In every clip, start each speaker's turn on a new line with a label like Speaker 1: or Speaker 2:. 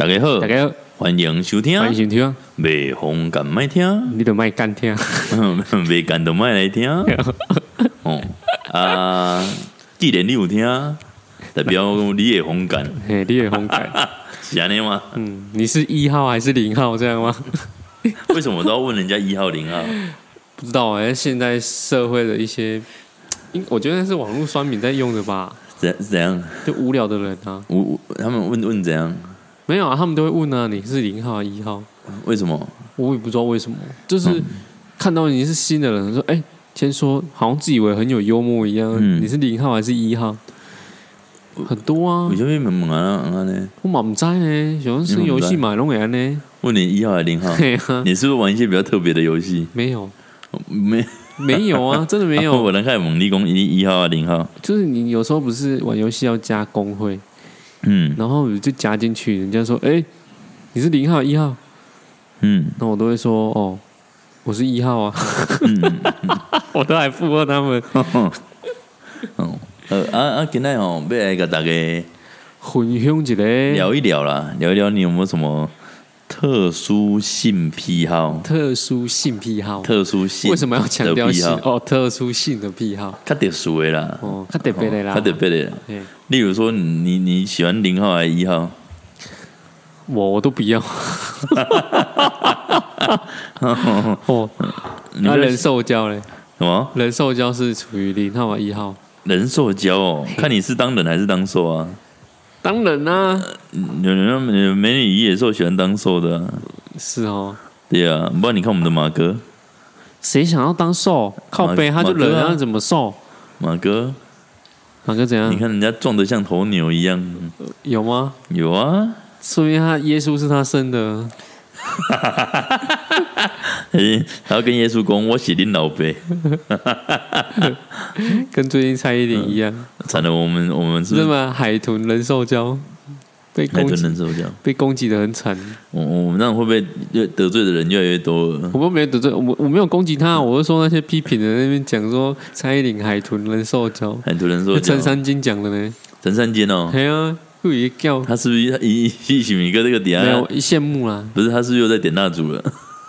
Speaker 1: 大家好，
Speaker 2: 大家好，
Speaker 1: 欢迎收听，
Speaker 2: 欢迎收听，
Speaker 1: 袂红敢麦听，
Speaker 2: 你就卖干听，
Speaker 1: 袂干就麦来听。既然你有听，代表你也红感，
Speaker 2: 嘿，你也红感，
Speaker 1: 是安尼吗？
Speaker 2: 你是1号还是0号这样吗？
Speaker 1: 为什么都要问人家1号0号？
Speaker 2: 不知道现在社会的一些，我觉得是网络酸民在用的吧？
Speaker 1: 怎样？
Speaker 2: 就无聊的人啊，
Speaker 1: 他们问怎样？
Speaker 2: 没有啊，他们都会问啊，你是0号还是1号？
Speaker 1: 为什么？
Speaker 2: 我也不知道为什么，就是看到你是新的人，说先说好像自以为很有幽默一样，你是0号还是1号？很多啊，
Speaker 1: 为什么问啊呢？
Speaker 2: 我嘛不知呢，有人是游戏嘛，拢会安呢。
Speaker 1: 问你1号还是0号？你是不是玩一些比较特别的游戏？
Speaker 2: 没有，
Speaker 1: 没
Speaker 2: 有啊，真的没有。
Speaker 1: 我能看猛力攻1号还是0号？
Speaker 2: 就是你有时候不是玩游戏要加工会，然后就加进去，人家说，你是0号1号，那我都会说，我是1号啊，我都还附和他们。
Speaker 1: 今天要来跟大家
Speaker 2: 分享一个
Speaker 1: 聊一聊啦，聊一聊你有没有什么特殊性癖好？
Speaker 2: 特殊性癖好，
Speaker 1: 特殊性
Speaker 2: 为什么要强调性？特殊性的癖好，
Speaker 1: 较特殊的啦，
Speaker 2: 较特别的啦，
Speaker 1: 较特别的啦。例如说你喜欢0号还是1号？
Speaker 2: 我都不要。那人兽交嘞？
Speaker 1: 什么？
Speaker 2: 人兽交是处于0号还是1号？
Speaker 1: 人兽交看你是当人还是当兽啊？
Speaker 2: 当人啊，
Speaker 1: 有美女野兽喜欢当兽的啊。
Speaker 2: 是哦。
Speaker 1: 对啊，不然你看我们的马哥，
Speaker 2: 谁想要当兽？靠背他就人啊，怎么兽？
Speaker 1: 马哥
Speaker 2: 怎样？
Speaker 1: 你看人家壮得像头牛一样，
Speaker 2: 有吗？
Speaker 1: 有啊，
Speaker 2: 说明耶稣是他生的。
Speaker 1: 他要跟耶稣讲，我是恁老爸。
Speaker 2: 跟最近蔡依林一样。
Speaker 1: 惨了，我们是
Speaker 2: 吗？海豚人兽交被攻击的很惨。
Speaker 1: 我们这样会不会得罪的人越来越多了？
Speaker 2: 我们没有得罪，我没有攻击他，我是说那些批评的那边讲说蔡依林海豚人兽交，
Speaker 1: 海豚人兽交，
Speaker 2: 陈三金讲的呢。
Speaker 1: 陈三金哦，
Speaker 2: 对啊。
Speaker 1: 他是不是一起米哥这个底下
Speaker 2: 没有羡慕啦？
Speaker 1: 不是，他是不是又在点蜡烛了？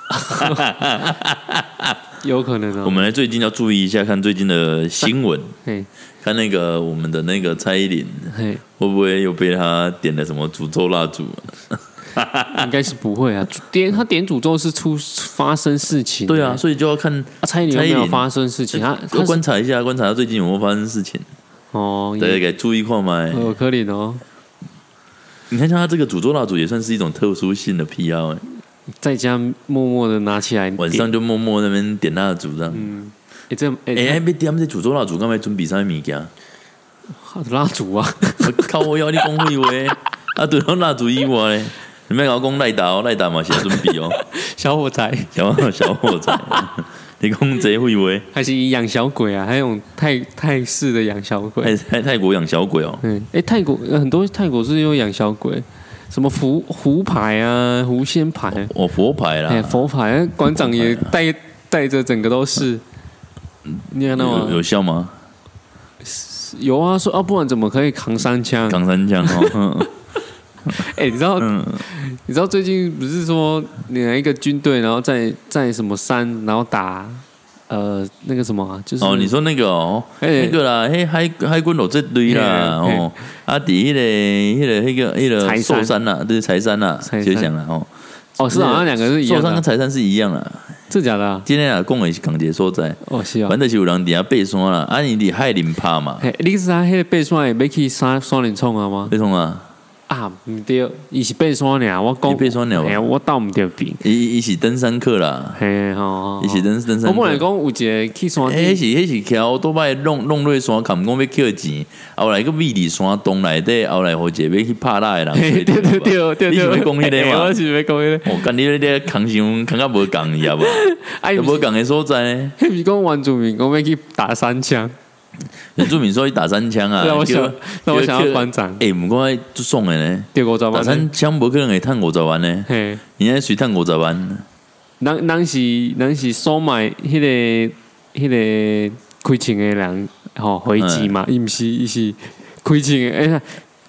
Speaker 2: 有可能啊。
Speaker 1: 我们来最近要注意一下，看最近的新闻，看那个我们的那个蔡依林会不会又被他点了什么诅咒蜡烛？
Speaker 2: 应该是不会啊，他点诅咒是发生事情，
Speaker 1: 对啊，所以就要看
Speaker 2: 蔡依林有没有发生事情，他
Speaker 1: 观察一下，观察他最近有没有发生事情。大家给注意看嘛。
Speaker 2: 可怜哦。
Speaker 1: 你看像他这个诅咒蜡烛也算是一种特殊性的癖好，
Speaker 2: 在家默默的拿起来，
Speaker 1: 晚上就默默那边点蜡烛这样。要点这诅咒蜡烛，干嘛准备啥物件？
Speaker 2: 蜡烛啊！
Speaker 1: 靠我要你讲废话啊！对了，蜡烛以外呢，你别跟我讲赖达嘛，是要准备哦。
Speaker 2: 小火柴，
Speaker 1: 小火柴。你讲这废话，
Speaker 2: 还是养小鬼啊？还有泰式的养小鬼，
Speaker 1: 泰国养小鬼哦。
Speaker 2: 泰国很多泰国是有养小鬼，什么胡牌啊、狐仙牌，
Speaker 1: 佛牌啦，
Speaker 2: 佛牌，馆长也带着整个都是。你看到吗？
Speaker 1: 有效吗？
Speaker 2: 有啊，说不然怎么可以扛3枪？
Speaker 1: 扛3枪哦。
Speaker 2: 你知道最近不是说哪一个军队，然后在什么山，然后打那个什么，就是
Speaker 1: 你说那个那个啦，海军有这堆啦伫那个寿山啦，对，柴山啦，就想啦
Speaker 2: 是好像2个是一样的，
Speaker 1: 寿山跟柴山是一样啦。
Speaker 2: 这假的？
Speaker 1: 今天讲的是港铁所在
Speaker 2: 是啊，
Speaker 1: 反正是有人底下爬山啦，你伫海林拍嘛。
Speaker 2: 你是那个爬山会去山林冲啊吗？
Speaker 1: 爬山啊？
Speaker 2: 不对，伊是爬山尔，我讲
Speaker 1: 爬山尔，
Speaker 2: 我到唔对边。
Speaker 1: 伊是登山客啦，伊是登山客。
Speaker 2: 我本来讲有一个去山顶，
Speaker 1: 迄是骑多摆弄落山，看讲要捡钱，后来个米伫山洞内底，后来好一个要去拍拉的人。
Speaker 2: 对，
Speaker 1: 你是要讲迄个嘛？
Speaker 2: 我是要讲迄个。
Speaker 1: 干你咧扛较无共伊啊无？无共的所在呢？
Speaker 2: 迄不是讲原住民讲要去打3枪。
Speaker 1: 原住民说去打3枪啊，
Speaker 2: 那我想要馆长。
Speaker 1: 不过就爽的呢，
Speaker 2: 丢50万。
Speaker 1: 打3枪无可能会赚50万呢。你现在谁赚50万？
Speaker 2: 人是收买迄个开枪的人回击嘛？伊是开枪的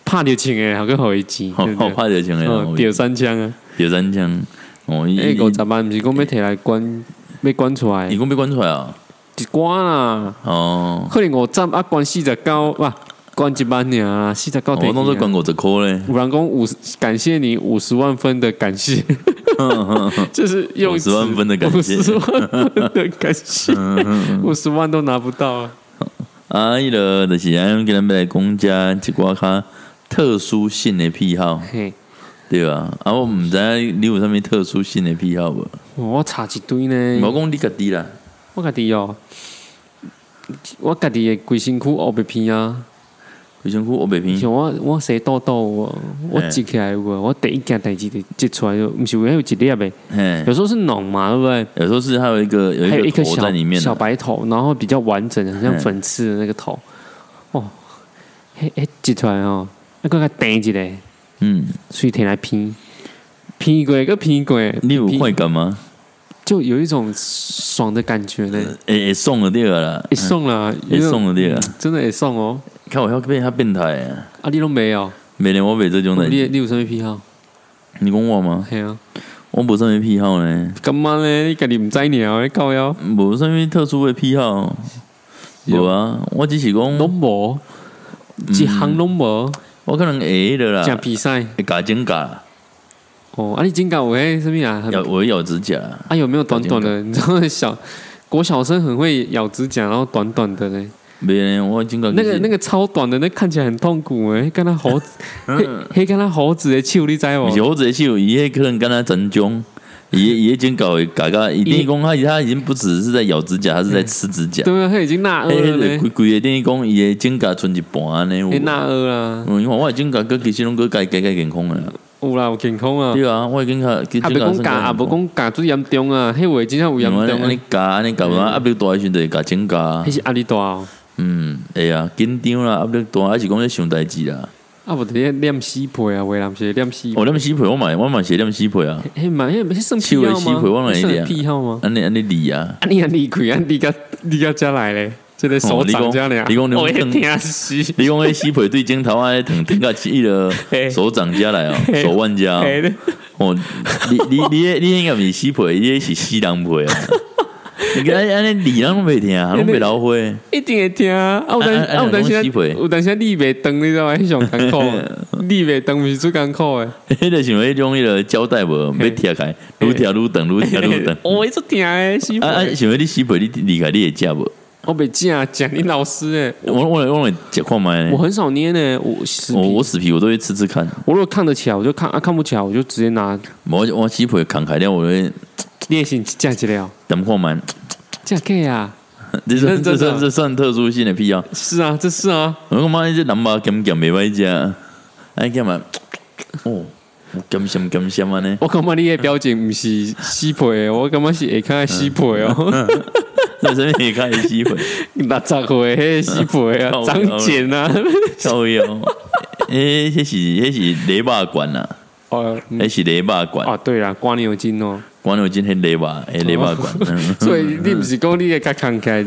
Speaker 2: 拍着枪诶，还去互伊钱，
Speaker 1: 拍着枪诶，
Speaker 2: 掉3枪啊，
Speaker 1: 掉3枪。哦
Speaker 2: ，50万毋是讲要摕来关，要关出来。
Speaker 1: 伊讲要关出来啊？
Speaker 2: 一关啦。哦。可能50啊，关49哇，关1万尔，49摕。
Speaker 1: 我当作关50块咧。
Speaker 2: 有人讲感谢你50万分的感谢，就是用
Speaker 1: 50万分的感谢
Speaker 2: ，50万分的感谢，50万都拿不到啊。
Speaker 1: 啊，迄个就是咱今日要来讲遮一寡较特殊性的癖好。对啊，啊，我毋知影你有啥物特殊性的癖好无？
Speaker 2: 我查一堆呢。
Speaker 1: 无讲你家己啦，
Speaker 2: 我家己哦，我家己的规身躯黑白片啊，
Speaker 1: 规身躯黑白片。
Speaker 2: 像我洗痘痘，我挤起来我第一件代志就挤出来，毋是有一粒的，有时候是脓嘛，对不对？
Speaker 1: 有时候是还有一个头在里面，
Speaker 2: 小白头，然后比较完整，很像粉刺的那个头。哦，挤出来哦，那个顶一个。所以摕来片过，
Speaker 1: 你有快感吗？
Speaker 2: 就有一种爽的感觉呢。
Speaker 1: 会爽了对啦，
Speaker 2: 会爽啦，
Speaker 1: 会爽了对啦，
Speaker 2: 真的会爽哦。
Speaker 1: 看我变他变态啊！
Speaker 2: 啊，你都没有？
Speaker 1: 没呢，我没这种的。
Speaker 2: 你有什么癖好？
Speaker 1: 你讲我吗？
Speaker 2: 系啊，
Speaker 1: 我无什么癖好呢。
Speaker 2: 干嘛呢？你家己唔知鸟？你搞妖？
Speaker 1: 无什么特殊的癖好。有啊，我只是讲
Speaker 2: 拢无，一项拢无。
Speaker 1: 我可能会的啦，
Speaker 2: 讲比赛
Speaker 1: 会加指甲。
Speaker 2: 哦，你指甲有什么啊？
Speaker 1: 我会咬指甲。
Speaker 2: 啊，有没有短短的？你知道国小生很会咬指甲，然后短短的呢。
Speaker 1: 没呢，我指甲
Speaker 2: 那个超短的，那看起来很痛苦诶，跟他猴子，跟他猴子的手，你知无？
Speaker 1: 是猴子的手，伊可能跟他针灸。也指甲会嘎嘎，一定讲他已经不只是在咬指甲，他是在吃指甲。
Speaker 2: 对啊，他已经纳颚了呢。
Speaker 1: 规个等于讲伊的指甲剩一半呢。
Speaker 2: 纳颚啦。
Speaker 1: 因为我的指甲其实拢改健康的啦。
Speaker 2: 有啦，有健康啊。
Speaker 1: 对啊，我的指甲
Speaker 2: 啊，不讲夹，不讲夹最严重啊，迄话真正有严重啊。
Speaker 1: 你夹，压力大时阵就夹指甲。
Speaker 2: 迄是压力大哦。
Speaker 1: 会啊，紧张啦，压力大，还是讲咧想代志啦。
Speaker 2: 啊，无伫咧念死皮啊，为人是念死皮。
Speaker 1: 哦，念死皮，我嘛是念死皮啊。
Speaker 2: 迄嘛，迄算癖好吗？算癖好吗？
Speaker 1: 安尼理啊？
Speaker 2: 你理开，你到遮来咧？这个手掌遮尔。
Speaker 1: 你讲
Speaker 2: 我会疼死。
Speaker 1: 你讲迄死皮对镜头啊，疼到迄个手掌遮来哦，手腕遮。哦，你应该毋是死皮，你是死人皮啊。你看安尼理人拢袂听，拢袂老花，
Speaker 2: 一定会听啊！有当时你袂长，你知道吗？迄上艰苦，你袂长是最艰苦诶。
Speaker 1: 迄个像迄种迄个胶带无，要贴开，愈贴愈长，愈贴愈长。
Speaker 2: 我做疼诶，死皮。
Speaker 1: 像迄你死皮，你离开你会食无？
Speaker 2: 我袂食你老师诶。
Speaker 1: 我会食看卖。
Speaker 2: 我很少捏呢，
Speaker 1: 我死皮我都会吃看。
Speaker 2: 我如果看得起来，我就看；看不起来，我就直接拿。
Speaker 1: 我死皮看开了，我会。
Speaker 2: 你也是食一了？
Speaker 1: 怎么看卖？
Speaker 2: 这可以啊，
Speaker 1: 这算特殊性的癖好。
Speaker 2: 是啊，这是啊。
Speaker 1: 我感觉这南巴咸咸袂歹食，哎干嘛？哦，咸咸啊呢？
Speaker 2: 我感觉你的表情不是死皮的，我感觉是下骹的死皮哦。
Speaker 1: 那什么下骹的死皮
Speaker 2: ？60岁迄死皮啊，长茧啊，
Speaker 1: 靠腰。迄是雷霸管呐。哦，迄是雷霸管。
Speaker 2: 哦，对啦，刮牛筋哦。
Speaker 1: 管有真迄雷霸，雷霸管。
Speaker 2: 所以你不是讲你会较慷慨，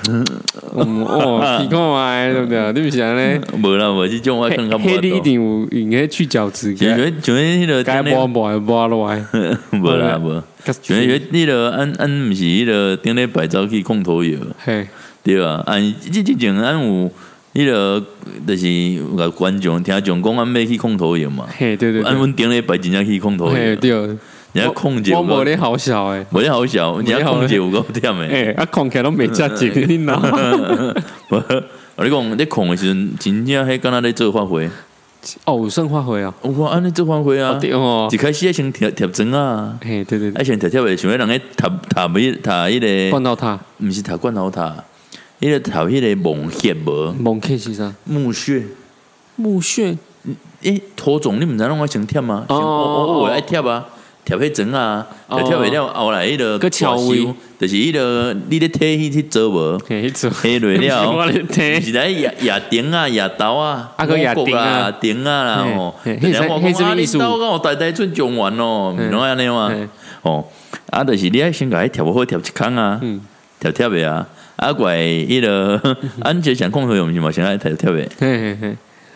Speaker 2: 你看嘛，对不对？你不是安尼？
Speaker 1: 无啦，无这种我更较无。
Speaker 2: 迄你一定有用迄去角质，
Speaker 1: 像迄个
Speaker 2: 该抹落来。
Speaker 1: 无啦无，像迄个按毋是迄个顶礼拜走去控头药，对啊，之前按有。迄个就是有观众听讲讲，按要去控头药嘛。
Speaker 2: 嘿，对，
Speaker 1: 按阮顶礼拜真正去控头药。
Speaker 2: 对。
Speaker 1: 人家控制
Speaker 2: 我无咧好笑诶，
Speaker 1: 无咧好笑，人家控制有够忝诶。
Speaker 2: 啊控起来拢袂遮劲，你哪？
Speaker 1: 你讲你控诶时阵，真正迄敢若咧做发挥。
Speaker 2: 哦，有算发挥啊！
Speaker 1: 哇，安尼做发挥啊！一开始先贴针啊。
Speaker 2: 嘿，对。
Speaker 1: 先贴诶，想要人咧读迄个
Speaker 2: 罐头塔，
Speaker 1: 毋是读罐头塔，迄个读迄个蒙血无？
Speaker 2: 蒙血是啥？
Speaker 1: 墓穴。
Speaker 2: 墓穴？
Speaker 1: 土种你毋知拢爱先贴吗？我爱贴啊。贴迄针啊，贴袂了后来迄个
Speaker 2: 巧修，
Speaker 1: 就是迄个你咧体去做无？迄落了，是来亚钉啊、亚刀啊、
Speaker 2: 亚钉啊、
Speaker 1: 钉啊啦吼。
Speaker 2: 迄什么意思？
Speaker 1: 刀我代出状元咯，侬安尼嘛？哦，啊，就是你爱先甲伊贴好贴一空啊，贴诶啊，啊怪迄个安全想控制用是嘛？先爱贴诶。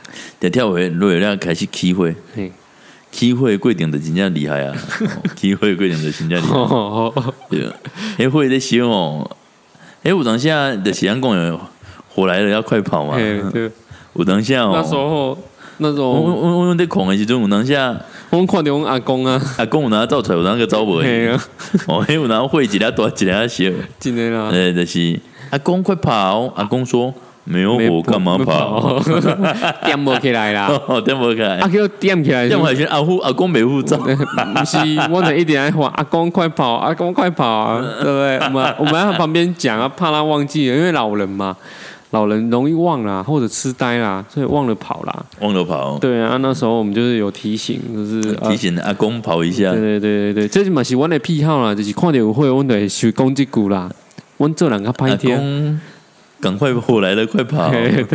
Speaker 1: 在跳回落了开始起火，起火过程就真正厉害啊！起火过程就真正厉害，对，迄火在烧哦，有当下就是咱讲的火来了要快跑嘛，
Speaker 2: 对，
Speaker 1: 有当下
Speaker 2: 哦，那时候
Speaker 1: 我在狂的时阵，有当下
Speaker 2: 我看到我阿公啊，
Speaker 1: 阿公有拿走出来，有那个走无，哦，有拿火一粒大一粒小，
Speaker 2: 真的啦，
Speaker 1: 就是阿公快跑，阿公说。没有火干嘛跑？
Speaker 2: 点不起来啦！
Speaker 1: 点不起来，
Speaker 2: 阿叫点起来，
Speaker 1: 点起来，阿公没护照，不
Speaker 2: 是，我一直在喊阿公快跑，阿公快跑啊，对不对？我们在旁边讲啊，怕他忘记了，因为老人嘛，老人容易忘啦，或者痴呆啦，所以忘了跑啦，
Speaker 1: 忘了跑。
Speaker 2: 对啊，那时候我们就是有提醒，就是
Speaker 1: 提醒阿公跑一下。
Speaker 2: 对，这嘛是我的癖好啦，就是看到有会，我就会讲这句啦，我做人较歹听。
Speaker 1: 赶快火来了，快跑！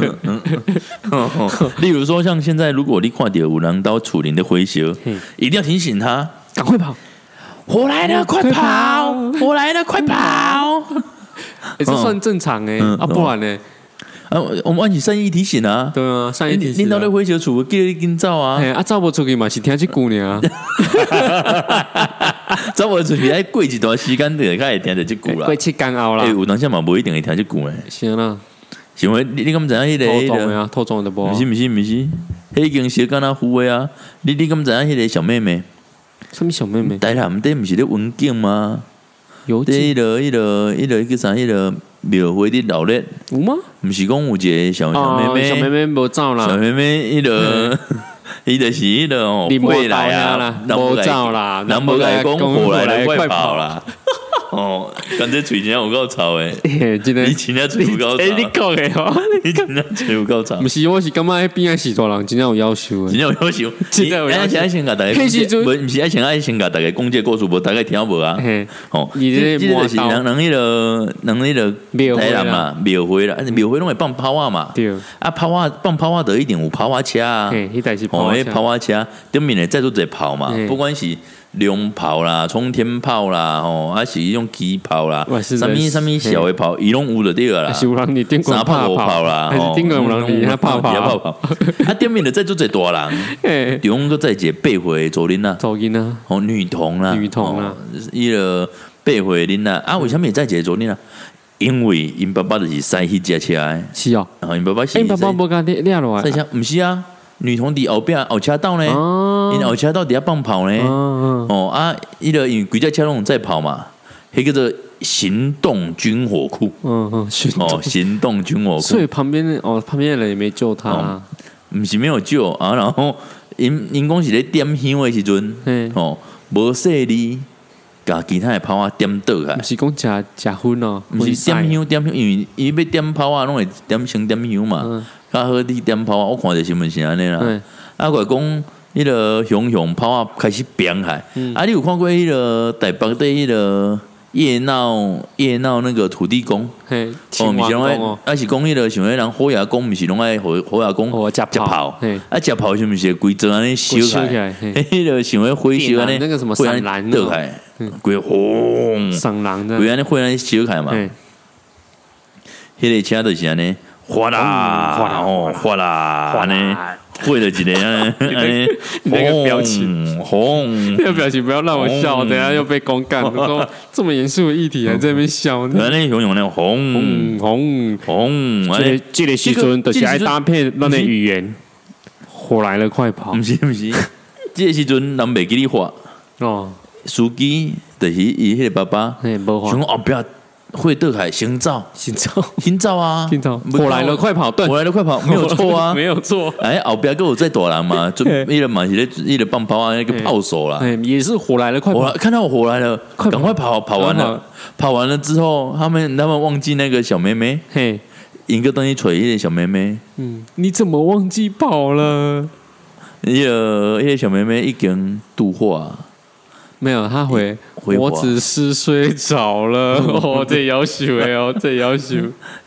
Speaker 1: 例如说，像现在，如果你看到有人到楚林的回修，一定要提醒他
Speaker 2: 赶快跑！
Speaker 1: 火来了，快跑！火来了，快跑！
Speaker 2: 这算正常哎，不然呢？
Speaker 1: 我们按起善意提醒啊，
Speaker 2: 对啊，善意提醒。
Speaker 1: 领导在回修处，记得你跟走啊！
Speaker 2: 走不出去嘛，是听这句呢。
Speaker 1: 走不出去，要过一段时间就开始听这句啦。
Speaker 2: 过7天后啦，
Speaker 1: 有当下嘛，不一定会听这句诶。
Speaker 2: 行啦，
Speaker 1: 行为你敢知影迄个？
Speaker 2: 偷装的不？
Speaker 1: 不是，迄已经是敢若糊诶啊！你敢知影迄个小妹妹？
Speaker 2: 什么小妹妹？
Speaker 1: 台南底不是咧文景吗？
Speaker 2: 有
Speaker 1: 迄个叫啥？迄个庙会的老热
Speaker 2: 有吗？
Speaker 1: 不是讲有一个小妹妹，
Speaker 2: 小妹妹无走啦。
Speaker 1: 小妹妹迄个。伊就是迄个哦，未来啊，
Speaker 2: 无走啦，
Speaker 1: 人无来讲火来了，快跑啦！哦，感觉嘴真有够臭诶！你真正嘴有够臭！
Speaker 2: 你讲诶吼，
Speaker 1: 你真正嘴有够臭！
Speaker 2: 不是，我是感觉迄边仔是大人真正有要求，
Speaker 1: 真正有要求。真正有要求。先甲大家，不是爱先甲大家讲这故事，无大概听无啊？哦，
Speaker 2: 你这
Speaker 1: 就是人迄个台南嘛，庙会啦，庙会拢会放炮啊嘛。对啊，炮啊放炮啊，就一定有炮啊车啊。
Speaker 2: 迄台是
Speaker 1: 炮啊车，顶面咧载做者炮嘛，不管是。龙炮啦、冲天炮啦，还是用机炮啦，什么小的炮，伊拢有就对啦。
Speaker 2: 是有人伫顶过
Speaker 1: 三炮五炮啦，
Speaker 2: 还是顶过有人伫遐炮。
Speaker 1: 啊，顶面的在做一大人，中央个在一个8岁左右啦，女童啦，伊个8岁囡仔啊，为什么在一个左右啦？因为因爸爸就是驶迄只车的，
Speaker 2: 是哦，
Speaker 1: 因爸爸是，
Speaker 2: 因爸爸无甲掠落来，
Speaker 1: 不是啊。女童伫后车道呢，因后车道底下放炮呢，伊个因为规只车拢在跑嘛，迄叫做行动军火库，行动军火库，
Speaker 2: 所以旁边的人也没救他，
Speaker 1: 不是没有救啊，然后因讲是咧点香的时阵，无势力，甲其他的炮啊点倒开，
Speaker 2: 不是讲食薰哦，
Speaker 1: 不是点香，因为伊要点炮啊，拢会点香嘛。较好你点炮啊！我看着新闻是安尼啦。啊，我讲迄个熊炮啊开始变海。啊，你有看过迄个台北的迄个夜闹那个土地公？
Speaker 2: 嘿，
Speaker 1: 不是拢爱，啊是讲迄个像迄人火牙公，不是拢爱火牙公食炮。啊，食炮是毋是规则安尼烧起来？迄个像迄火烧安尼，
Speaker 2: 那个什么闪蓝
Speaker 1: 倒开，规轰
Speaker 2: 闪蓝的，
Speaker 1: 规安尼火安尼烧开嘛。迄个车就是安尼。哗啦，哗啦，安尼会了一个
Speaker 2: 那个表情，
Speaker 1: 红，
Speaker 2: 那个表情不要让我笑，等下又被公干。说这么严肃的议题还在那边笑，
Speaker 1: 那熊那红，
Speaker 2: 这个时阵就是爱搭配那个语言，火来了，快跑！
Speaker 1: 不是，这个时阵人袂记你画哦，司机就是伊迄个爸爸，想后壁。会倒海行照啊！
Speaker 2: 火来了，快跑！对，
Speaker 1: 火来了，快跑！没有错啊，
Speaker 2: 没有错。
Speaker 1: 哎，后边跟我在大人嘛，就一人嘛，一人放炮啊，那个炮手啦，
Speaker 2: 也是火来了，快跑！
Speaker 1: 看到我火来了，赶快跑！跑完了之后，他们忘记那个小妹妹，嘿，一个东西锤一个小妹妹。
Speaker 2: 你怎么忘记跑了？
Speaker 1: 一个小妹妹已经度化。
Speaker 2: 没有，他回我只是睡着了。这要求这要求。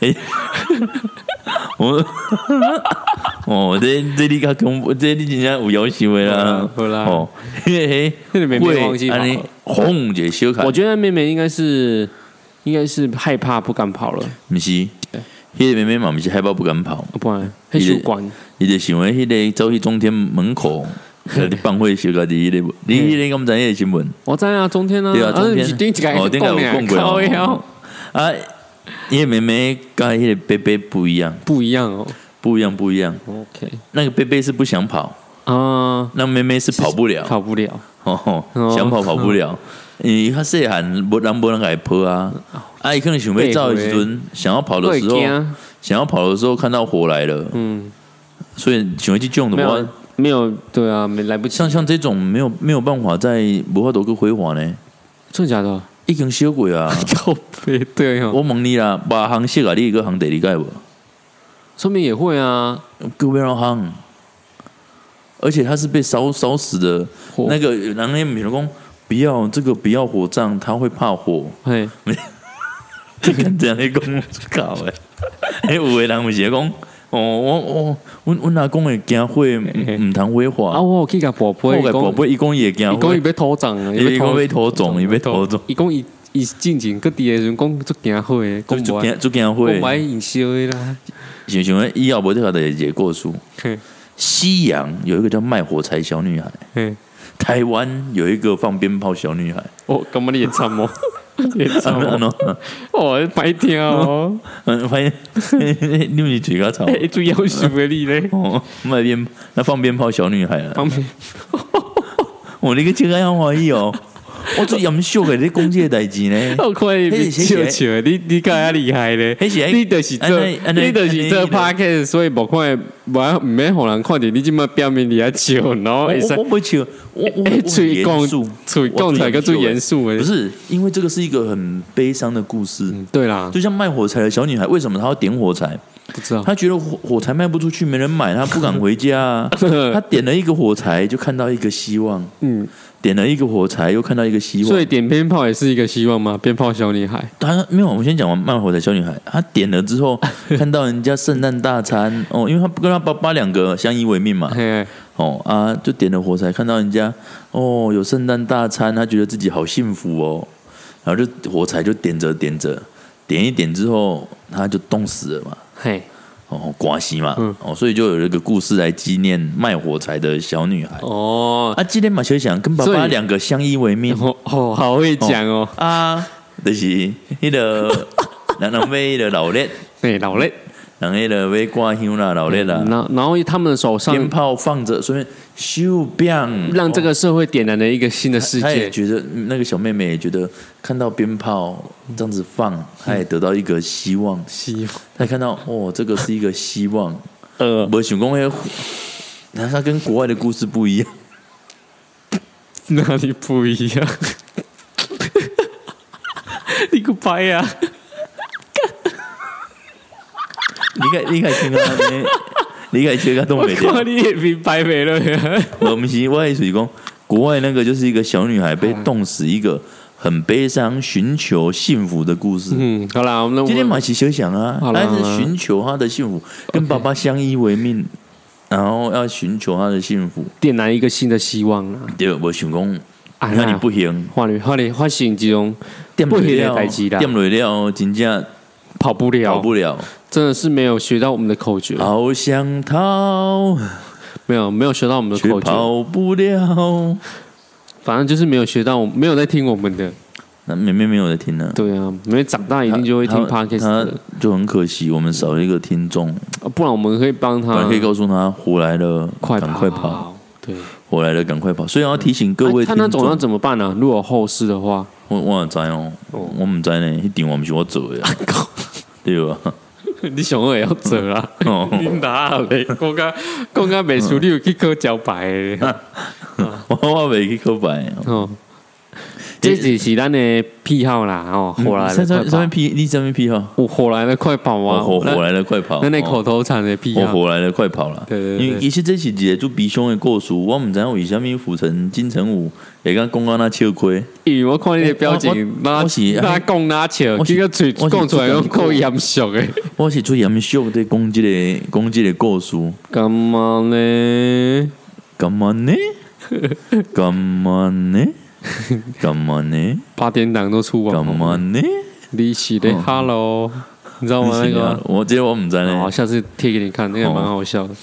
Speaker 1: 这你较恐怖，这你真正有要求的啦。
Speaker 2: 好啦，那个妹妹忘记跑了，
Speaker 1: 轰就小开。
Speaker 2: 我觉得妹妹应该是害怕不敢跑了。
Speaker 1: 不是，那个妹妹嘛，不是害怕不敢跑，
Speaker 2: 不然很习惯。
Speaker 1: 伊就想迄个走去中天门口。放火烧家己迄个，你迄个敢知迄个新闻？
Speaker 2: 我知啊，中天啊，
Speaker 1: 对啊，中天
Speaker 2: 顶一个有
Speaker 1: 讲过啊，因为妹妹跟迄个贝贝不一样，
Speaker 2: 不一样哦，
Speaker 1: 不一样。
Speaker 2: OK，
Speaker 1: 那个贝贝是不想跑
Speaker 2: 啊，
Speaker 1: 那妹妹是跑不了，想跑不了。伊较细汉，无人来抱啊，伊可能想要走的时阵，想要跑的时候，看到火来了，所以想要去救的
Speaker 2: 没有，对啊，没来不及。
Speaker 1: 像这种没有办法在无法度去辉煌呢？
Speaker 2: 真的假的？
Speaker 1: 已经烧过啊！
Speaker 2: 对啊，
Speaker 1: 我问你啦，把行烧啊，你一个行得理解无？
Speaker 2: 说明也会啊，
Speaker 1: 各位行，而且他是被烧死的。那个人家比如讲，不要火葬，他会怕火。
Speaker 2: 嘿，
Speaker 1: 这样去讲搞诶，有的人不是讲。我阿公会惊火，唔通火化。
Speaker 2: 啊，我去甲宝贝，
Speaker 1: 伊讲也惊火，
Speaker 2: 伊讲伊要土葬啊，
Speaker 1: 伊讲要土葬，
Speaker 2: 伊讲伊进前个伫诶时阵讲足惊火诶，
Speaker 1: 足惊火，
Speaker 2: 讲歹营销诶啦。
Speaker 1: 想以后无得的也过数。西洋有一个叫卖火柴小女孩，台湾有一个放鞭炮小女孩。
Speaker 2: 哦，感觉你也惨哦。哦，白听哦，
Speaker 1: 你们嘴较吵，
Speaker 2: 最要求的你嘞？
Speaker 1: 那放鞭炮小女孩啊，我那个这个样怀疑哦，我最严肃的你讲这个代志呢，
Speaker 2: 我看你笑，你更加厉害咧，你就是做 podcast， 所以无看唔免互人看到你这么表面你笑，然后
Speaker 1: 我不笑，我
Speaker 2: 嘴讲才个最严肃的，
Speaker 1: 不是因为这个是一个很悲伤的故事，
Speaker 2: 对啦，
Speaker 1: 就像卖火柴的小女孩，为什么她要点火柴？
Speaker 2: 不知道，
Speaker 1: 她觉得火柴卖不出去，没人买，她不敢回家，她点了一个火柴，就看到一个希望，点了一个火柴，又看到一个希望，
Speaker 2: 所以点鞭炮也是一个希望吗？鞭炮小女孩，
Speaker 1: 她没有，我们先讲完卖火柴小女孩，她点了之后，看到人家圣诞大餐哦，因为她不跟她爸爸两个相依为命嘛，就点了火柴，看到人家有圣诞大餐，她觉得自己好幸福哦，然后就火柴就点着，点一点之后，她就冻死了嘛，刮死嘛，所以就有一个故事来纪念卖火柴的小女孩。今天马小想跟爸爸两个相依为命，
Speaker 2: 好会讲哦。
Speaker 1: 就是那个人买的老烈，
Speaker 2: 老烈，
Speaker 1: 人那个买挂香啦，老烈啦。
Speaker 2: 然后他们手上
Speaker 1: 鞭炮放着，所以咻砰，
Speaker 2: 让这个社会点燃了一个新的世界。
Speaker 1: 她也觉得那个小妹妹也觉得看到鞭炮这样子放，她也得到一个希望。她看到这个是一个希望。我想讲她跟国外的故事不一样。
Speaker 2: 哪里不一样？你个白呀！
Speaker 1: 你看听到你看听到东北调，
Speaker 2: 你也明白没了呀？
Speaker 1: 我们是外水工，国外那个就是一个小女孩被冻死，一个很悲伤、寻求幸福的故事。
Speaker 2: 好啦，我们
Speaker 1: 今天马奇小想啊，她是寻求她的幸福，跟爸爸相依为命，然后要寻求她的幸福，
Speaker 2: 点燃一个新的希望啊！
Speaker 1: 对，我想讲，那你不行，
Speaker 2: 发生这种不行的代志啦，
Speaker 1: 点落了，真正
Speaker 2: 跑不了。真的是没有学到我们的口诀，
Speaker 1: 好想逃，
Speaker 2: 没有学到我们的口诀，
Speaker 1: 跑不了。
Speaker 2: 反正就是没有学到，没有在听我们的。
Speaker 1: 那妹妹没有在听呢？
Speaker 2: 对啊，妹妹长大一定就会听 podcast 的，
Speaker 1: 就很可惜，我们少了一个听众。
Speaker 2: 不然我们可以帮他，
Speaker 1: 可以告诉他火来了，赶快跑。
Speaker 2: 对，
Speaker 1: 火来了，赶快跑。所以要提醒各位听众，
Speaker 2: 他那种要怎么办呢？如果后事的话，
Speaker 1: 我知哦，我唔知呢，一定我唔是我做的，对吧？
Speaker 2: 你上好也要做啦，你哪嘞？讲甲袂输，你有去考招牌的？
Speaker 1: 我袂去考牌。
Speaker 2: 这只是咱的癖好啦，火来的快跑。
Speaker 1: 你什么癖好？
Speaker 2: 我火来的快跑啊！
Speaker 1: 火来的快跑，
Speaker 2: 那口头禅的癖好。
Speaker 1: 火来的快跑啦！
Speaker 2: 对，
Speaker 1: 因为其实这是一个做鼻凶的故事，我唔知道为什么府城金城武会讲到那笑亏。
Speaker 2: 因为我看你的表情，那讲哪笑，这个嘴讲出来都够严肃的。
Speaker 1: 我是最严肃的讲这个故事。
Speaker 2: 干嘛呢？
Speaker 1: 干嘛呢？干嘛呢？干嘛呢
Speaker 2: ？8点档都出完。
Speaker 1: 干嘛呢？
Speaker 2: 你是的 ，Hello，你知道吗？那个
Speaker 1: 我觉得我唔知呢。
Speaker 2: 好，下次贴给你看，那个蛮好笑的。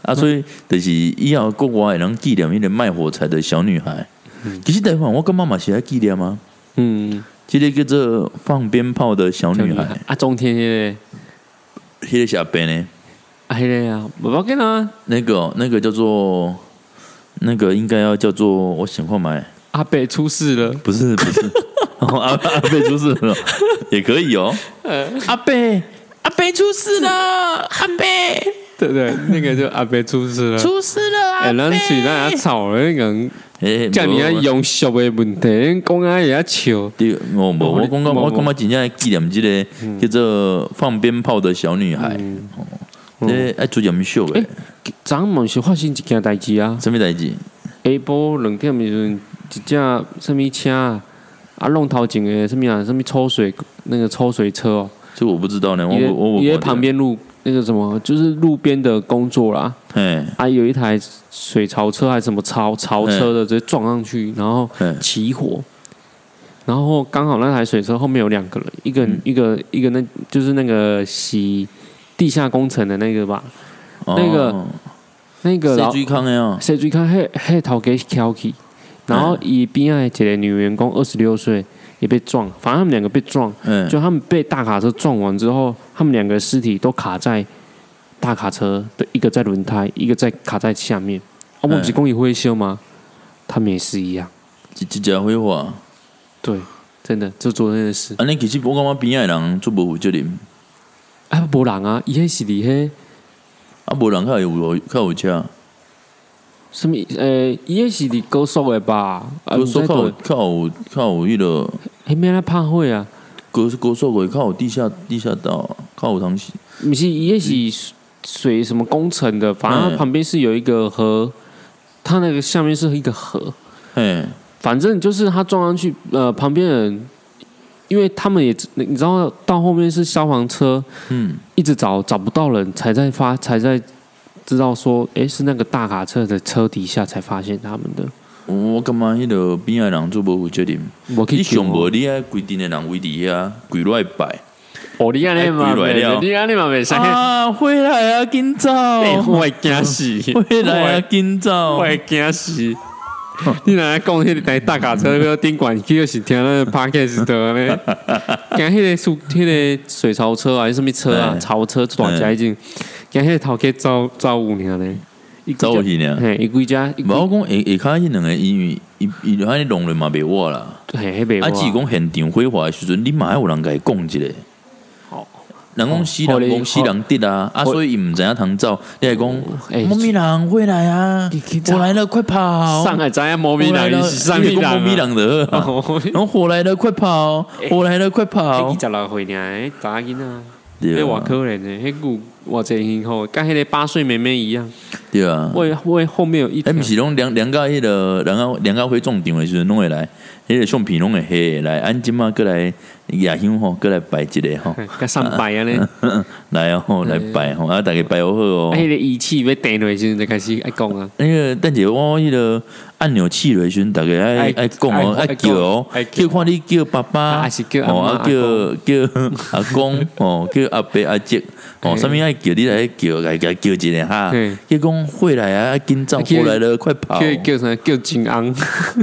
Speaker 1: 啊，所以就是以后国外能纪念一个卖火柴的小女孩。其实台湾我跟妈妈是在纪念吗？这个叫做放鞭炮的小女孩
Speaker 2: 啊，中天
Speaker 1: 那个是阿伯呢？
Speaker 2: 啊，那个啊，不要紧啊。
Speaker 1: 那个叫做那个应该要叫做我想看买
Speaker 2: 阿伯出事了，
Speaker 1: 不是阿伯出事了也可以哦。阿伯出事了，阿伯。
Speaker 2: 对对，那个就阿伯出事了，
Speaker 1: 出事了啊！
Speaker 2: 咱去咱也吵了，那个叫你要用俗的问题，讲啊也要笑。
Speaker 1: 对，我感觉真正纪念这个叫做放鞭炮的小女孩。这爱做点秀诶。
Speaker 2: 昨晚是发生一件代志啊。
Speaker 1: 什么代志？
Speaker 2: 下晡2点的时阵，一架什么车啊，弄头前的什么啊，什么抽水那个抽水车哦。
Speaker 1: 这我不知道呢。
Speaker 2: 我在旁边路。那个什么，就是路边的工作啦。有一台水槽车还是什么槽车的，直接撞上去，然后起火。然后刚好那台水车后面有2个人，一个那就是那个洗地下工程的那个吧。那个谁
Speaker 1: 追康的啊？
Speaker 2: 谁追康？嘿头给挑起，然后一边的一个女员工26岁。也被撞，反正他们2个被撞，就他们被大卡车撞完之后，他们2个尸体都卡在大卡车的一个在轮胎，一个在卡在下面。我不是公益会修吗？他们也是一样，
Speaker 1: 一家挥霍。
Speaker 2: 对，真的就做那件事。
Speaker 1: 那其实我感觉边的人做不负责任。
Speaker 2: 无人啊，伊迄是伫迄
Speaker 1: 无人较有车。
Speaker 2: 什么？伊迄是伫高速的吧？
Speaker 1: 高速较有迄个。
Speaker 2: 迄免来拍火啊！
Speaker 1: 高速会较有地下道，较有东西。
Speaker 2: 不是，伊迄是水什么工程的，反正它旁边是有一个河，它那个下面是一个河。反正就是他撞上去，旁边人，因为他们也你知道，到后面是消防车，一直找不到人，才在知道说，是那个大卡车的车底下才发现他们的。
Speaker 1: 我感觉迄个边的人做无负责任，你上无你爱规定的人围伫遐跪落来拜。
Speaker 2: 你安尼嘛袂使
Speaker 1: 啊！回来啊，紧走！
Speaker 2: 我会惊死！
Speaker 1: 回来啊，紧走！
Speaker 2: 我会惊死！你若讲迄台大卡车个顶管，就是听那个 podcast 的咧，惊迄个水槽车还是什么车啊？槽车大家已经，惊迄个头壳走有尔咧。
Speaker 1: 走去呢，
Speaker 2: 伊几只？
Speaker 1: 无我讲下骹迄2个，因为伊安尼弄了嘛袂活啦。啊，只讲现场火化的时阵，你嘛爱有人甲伊讲一下。人讲死人得啊，所以伊毋知影通走。你来讲，猫咪人回来啊！火来了，快跑！
Speaker 2: 上海知影猫咪人是上咪人，
Speaker 1: 猫咪人的。然后火来了，快跑！火来了，快跑
Speaker 2: ！26岁呢，查囡仔，迄偌可怜呢，迄股偌济幸福，跟迄个8岁妹妹一样。
Speaker 1: 对啊，
Speaker 2: 我后面有一，
Speaker 1: 毋是拢两个迄个两个火撞场的时阵拢会来，迄个相片拢会黑来，按今嘛过来夜香吼，过来拜一个吼，
Speaker 2: 甲上拜啊咧，
Speaker 1: 来哦，来拜吼，啊，大家拜好好哦。
Speaker 2: 迄个仪器要定落时阵就开始爱讲啊。
Speaker 1: 那个等者我迄个按钮起落时阵，大家爱讲哦，爱叫哦，叫看你叫爸爸，
Speaker 2: 还是叫阿
Speaker 1: 妈，叫阿公哦，叫阿伯阿叔哦，啥物爱叫你来叫，来叫一下哈。叫讲回来啊，紧走，回来了，快跑！
Speaker 2: 叫啥？叫金昂。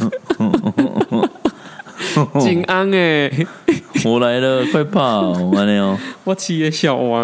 Speaker 2: 金安诶，
Speaker 1: 我来了，快跑！完了哦，
Speaker 2: 我饲个小王。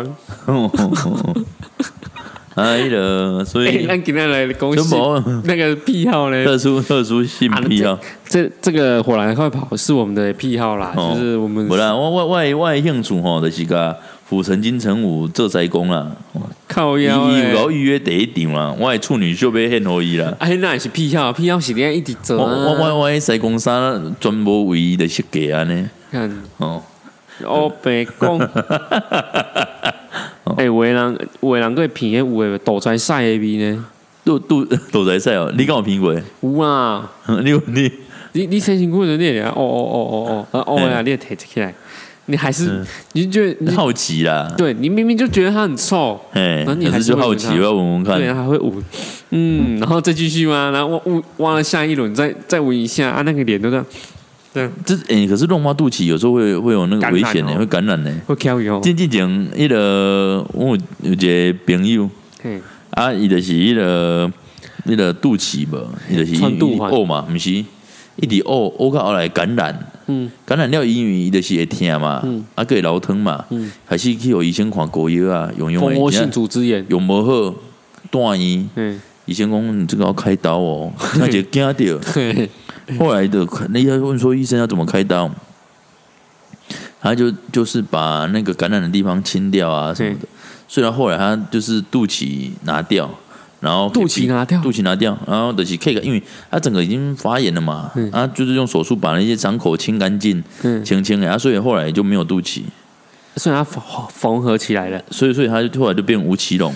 Speaker 1: 哎了，所以
Speaker 2: 咱今天来恭喜那个癖好呢，
Speaker 1: 特殊性癖好。
Speaker 2: 这个火来快跑是我们的癖好啦，就是我们。
Speaker 1: 不然我的兴趣吼，就是个府城金城武做西工啦。
Speaker 2: 靠腰
Speaker 1: 伊有预约第1场啦，我的处女秀要献互伊啦。
Speaker 2: 那也是癖好，癖好是你一直做。
Speaker 1: 我的西工衫专门为伊的设计安尼。
Speaker 2: 看我白讲。有的人佫片迄有诶豆仔屎诶味呢，
Speaker 1: 豆仔屎哦，你敢有片过？
Speaker 2: 有啊，你身辛苦的你啊，呀，你也提起来，你还是你就觉得
Speaker 1: 好奇啦，
Speaker 2: 对你明明就觉得它很臭，然后你还是
Speaker 1: 好奇，我要闻闻看，
Speaker 2: 对，还会闻，然后再继续吗？然后挖了下一轮，再闻一下啊，那个脸都这样。
Speaker 1: 可是弄花肚脐有时候会有那个危险的，会感染的，
Speaker 2: 会挑油。
Speaker 1: 前迄个我有一个朋友， 啊，伊就是迄个肚脐无，伊就是伊呕嘛，毋是一直呕到后来感染，感染了因为伊就是会痛嘛，啊，个会流汤嘛，开始去互医生看膏药啊，用
Speaker 2: 蜂窝性组织炎
Speaker 1: 用无好，带医，医生讲你这个要开刀哦，他就惊到，后来的那要问说医生要怎么开刀，他就是把那个感染的地方清掉啊什么的，所以后来他就是肚脐拿掉。然后
Speaker 2: 肚脐拿
Speaker 1: 掉，然后就是可以，因为它整个已经发炎了嘛，就是用手术把那些伤口清干净，清的，所以后来就没有肚脐，
Speaker 2: 所以它缝合起来了，
Speaker 1: 所以它后来就变吴奇隆，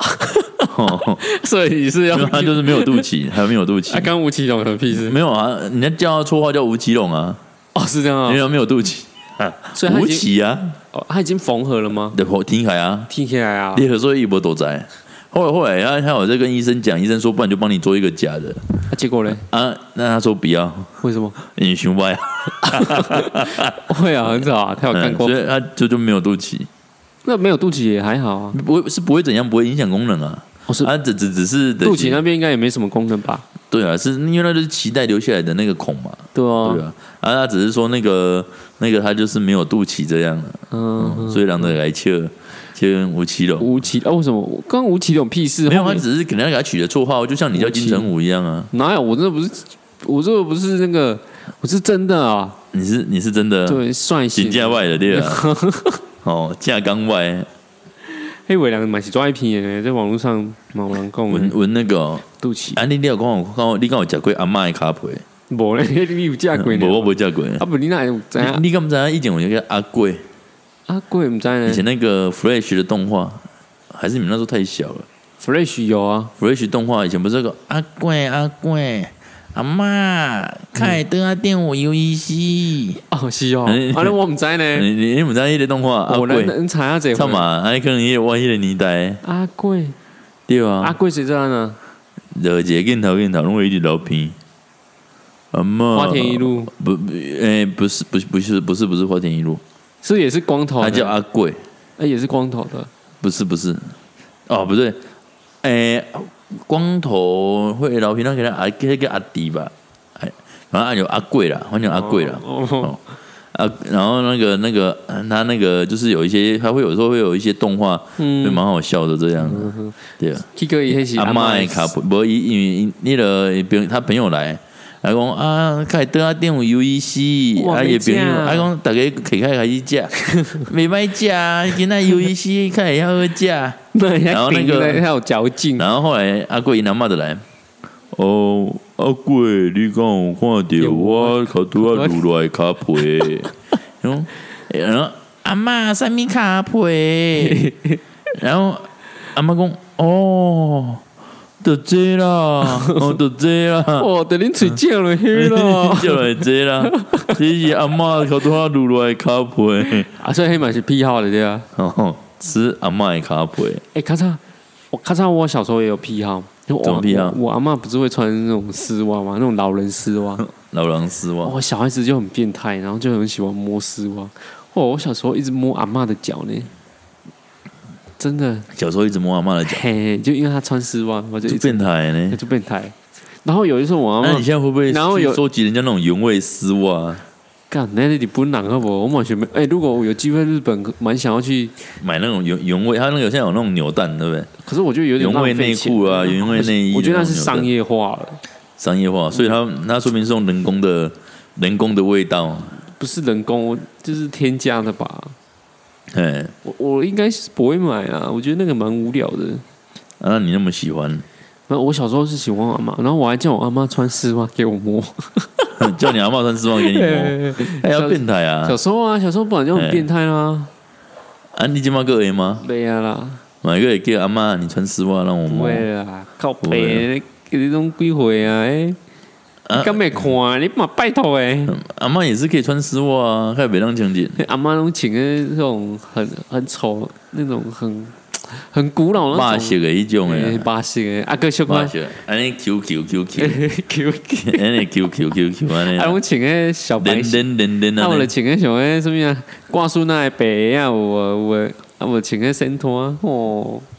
Speaker 2: 所以你是要
Speaker 1: 他就是没有肚脐，还没有肚脐，
Speaker 2: 跟吴奇隆有屁事？
Speaker 1: 没有啊，人家叫他绰号叫吴奇隆啊，
Speaker 2: 是这样啊，
Speaker 1: 因为他没有肚脐，
Speaker 2: 所以
Speaker 1: 吴奇啊，
Speaker 2: 他已经缝合了吗？
Speaker 1: 对，听起来啊，
Speaker 2: 你
Speaker 1: 合所以一波都在。后来他有在跟医生讲，医生说不然就帮你做一个假的。
Speaker 2: 结果呢？
Speaker 1: 那他说不要，
Speaker 2: 为什么？
Speaker 1: 你熊歪啊？
Speaker 2: 会啊，很早啊，他有看过，
Speaker 1: 所以他就没有肚脐。
Speaker 2: 那没有肚脐也还好啊，
Speaker 1: 不会怎样，不会影响功能啊。只是
Speaker 2: 肚脐那边应该也没什么功能吧？
Speaker 1: 对啊，是因为那就是脐带留下来的那个孔嘛。
Speaker 2: 对啊，
Speaker 1: 他只是说那个他就是没有肚脐这样所以让他来切。就跟吴奇隆，
Speaker 2: 为什么？刚吴奇隆屁事？
Speaker 1: 没有，他只是给他取的绰号，就像你叫金城武一样啊。
Speaker 2: 哪有？我这不是那个，我是真的啊。
Speaker 1: 你是真的？
Speaker 2: 对，帅气。
Speaker 1: 架外的对啊。架缸外。
Speaker 2: 黑尾狼蛮是抓一批的，在网络上有人讲
Speaker 1: 闻那个
Speaker 2: 肚脐。
Speaker 1: 你有讲你敢有吃过阿嬷的卡皮？
Speaker 2: 无咧，你有吃过？
Speaker 1: 我没吃过。
Speaker 2: 不，你哪有知啊？
Speaker 1: 你敢不知道以前有一个阿贵？
Speaker 2: 阿贵不知呢？
Speaker 1: 以前那个 Flash 的动画，还是你们那时候太小了。
Speaker 2: Flash 有啊
Speaker 1: ，Flash 动画以前不是那个阿贵，阿嬷开灯啊电我游戏
Speaker 2: 是哦，那我不知呢。
Speaker 1: 你不知道那个动画阿贵？
Speaker 2: 你查下这？
Speaker 1: 干嘛？可能也我那个年代。
Speaker 2: 阿贵，
Speaker 1: 对啊。
Speaker 2: 阿贵谁知道呢？
Speaker 1: 热节镜头，拢会一直流鼻。阿嬷。
Speaker 2: 花田一路
Speaker 1: 不是花田一路。
Speaker 2: 是也是光头，
Speaker 1: 他叫阿贵，
Speaker 2: 也是光头的，
Speaker 1: 不是，不对，光头会老平常给他叫阿弟吧，反正有阿贵啦，反正阿贵啦，然后那个他那个就是有一些，他会有时候会有一些动画，会蛮好笑的这样，对啊，阿妈的卡，不因为那个他朋友来。还讲啊，开灯啊，电有游戏，也朋友，还讲大家开始食，没歹食，今仔游戏开始要喝食，然后那个
Speaker 2: 还有嚼劲，
Speaker 1: 然后后来阿贵因阿嬷就来，阿贵，你敢有看到我头拄啊撸落来卡皮，然后阿嬷啥物卡皮，然后阿嬷讲就这啦，就这啦，
Speaker 2: 等恁嘴叫落去啦，
Speaker 1: 叫来这啦，这是阿嬷头拄啊撸落来卡皮，
Speaker 2: 所以黑马是癖好的对啊，
Speaker 1: 吃阿嬷的卡皮。
Speaker 2: 咔嚓，我小时候也有癖好，
Speaker 1: 怎么癖好？
Speaker 2: 我阿嬷不是会穿那种丝袜吗？那种老人丝袜，我小孩子就很变态，然后就很喜欢摸丝袜。我小时候一直摸阿嬷的脚呢。真的，
Speaker 1: 小时候一直摸阿嬷的脚，
Speaker 2: 就因为她穿丝袜，我就
Speaker 1: 变态呢，
Speaker 2: 就变态。然后有一次我阿嬷，
Speaker 1: 那你现在会不会收集人家那种原味丝袜？
Speaker 2: 干，那你不能好不好？我完全没。如果我有机会日本，蛮想要去
Speaker 1: 买那种原味，它那个现在有那种扭蛋，对不对？
Speaker 2: 可是我觉得有点
Speaker 1: 原味内裤啊，原味内衣，
Speaker 2: 我觉得那是商业化了。
Speaker 1: 商业化，所以它说明是用人工的味道，
Speaker 2: 不是人工，就是添加的吧？我应该是不会买啊，我觉得那个蛮无聊的。
Speaker 1: 那你那么喜欢？
Speaker 2: 我小时候是喜欢我阿嬷，然后我还叫我阿嬷穿丝袜给我摸，
Speaker 1: 叫你阿嬷穿丝袜给你摸，要变态啊！
Speaker 2: 小时候不然就很变态啦。
Speaker 1: 你今晚个人吗？
Speaker 2: 没啊啦，
Speaker 1: 买个给阿嬷你穿丝袜让我摸。
Speaker 2: 对啦，靠背，给你种几岁啊？敢没看？你嘛拜托
Speaker 1: 阿嬷也是可以穿丝袜啊，还别让情景。
Speaker 2: 阿嬷拢穿的那种很丑，那种很古老那种
Speaker 1: 巴色的一种
Speaker 2: 巴色的阿哥小款，
Speaker 1: 安尼 QQ，安尼 QQ，安尼。
Speaker 2: 啊，我穿的小白鞋，啊，我穿的像什么挂树那白啊，我穿的身拖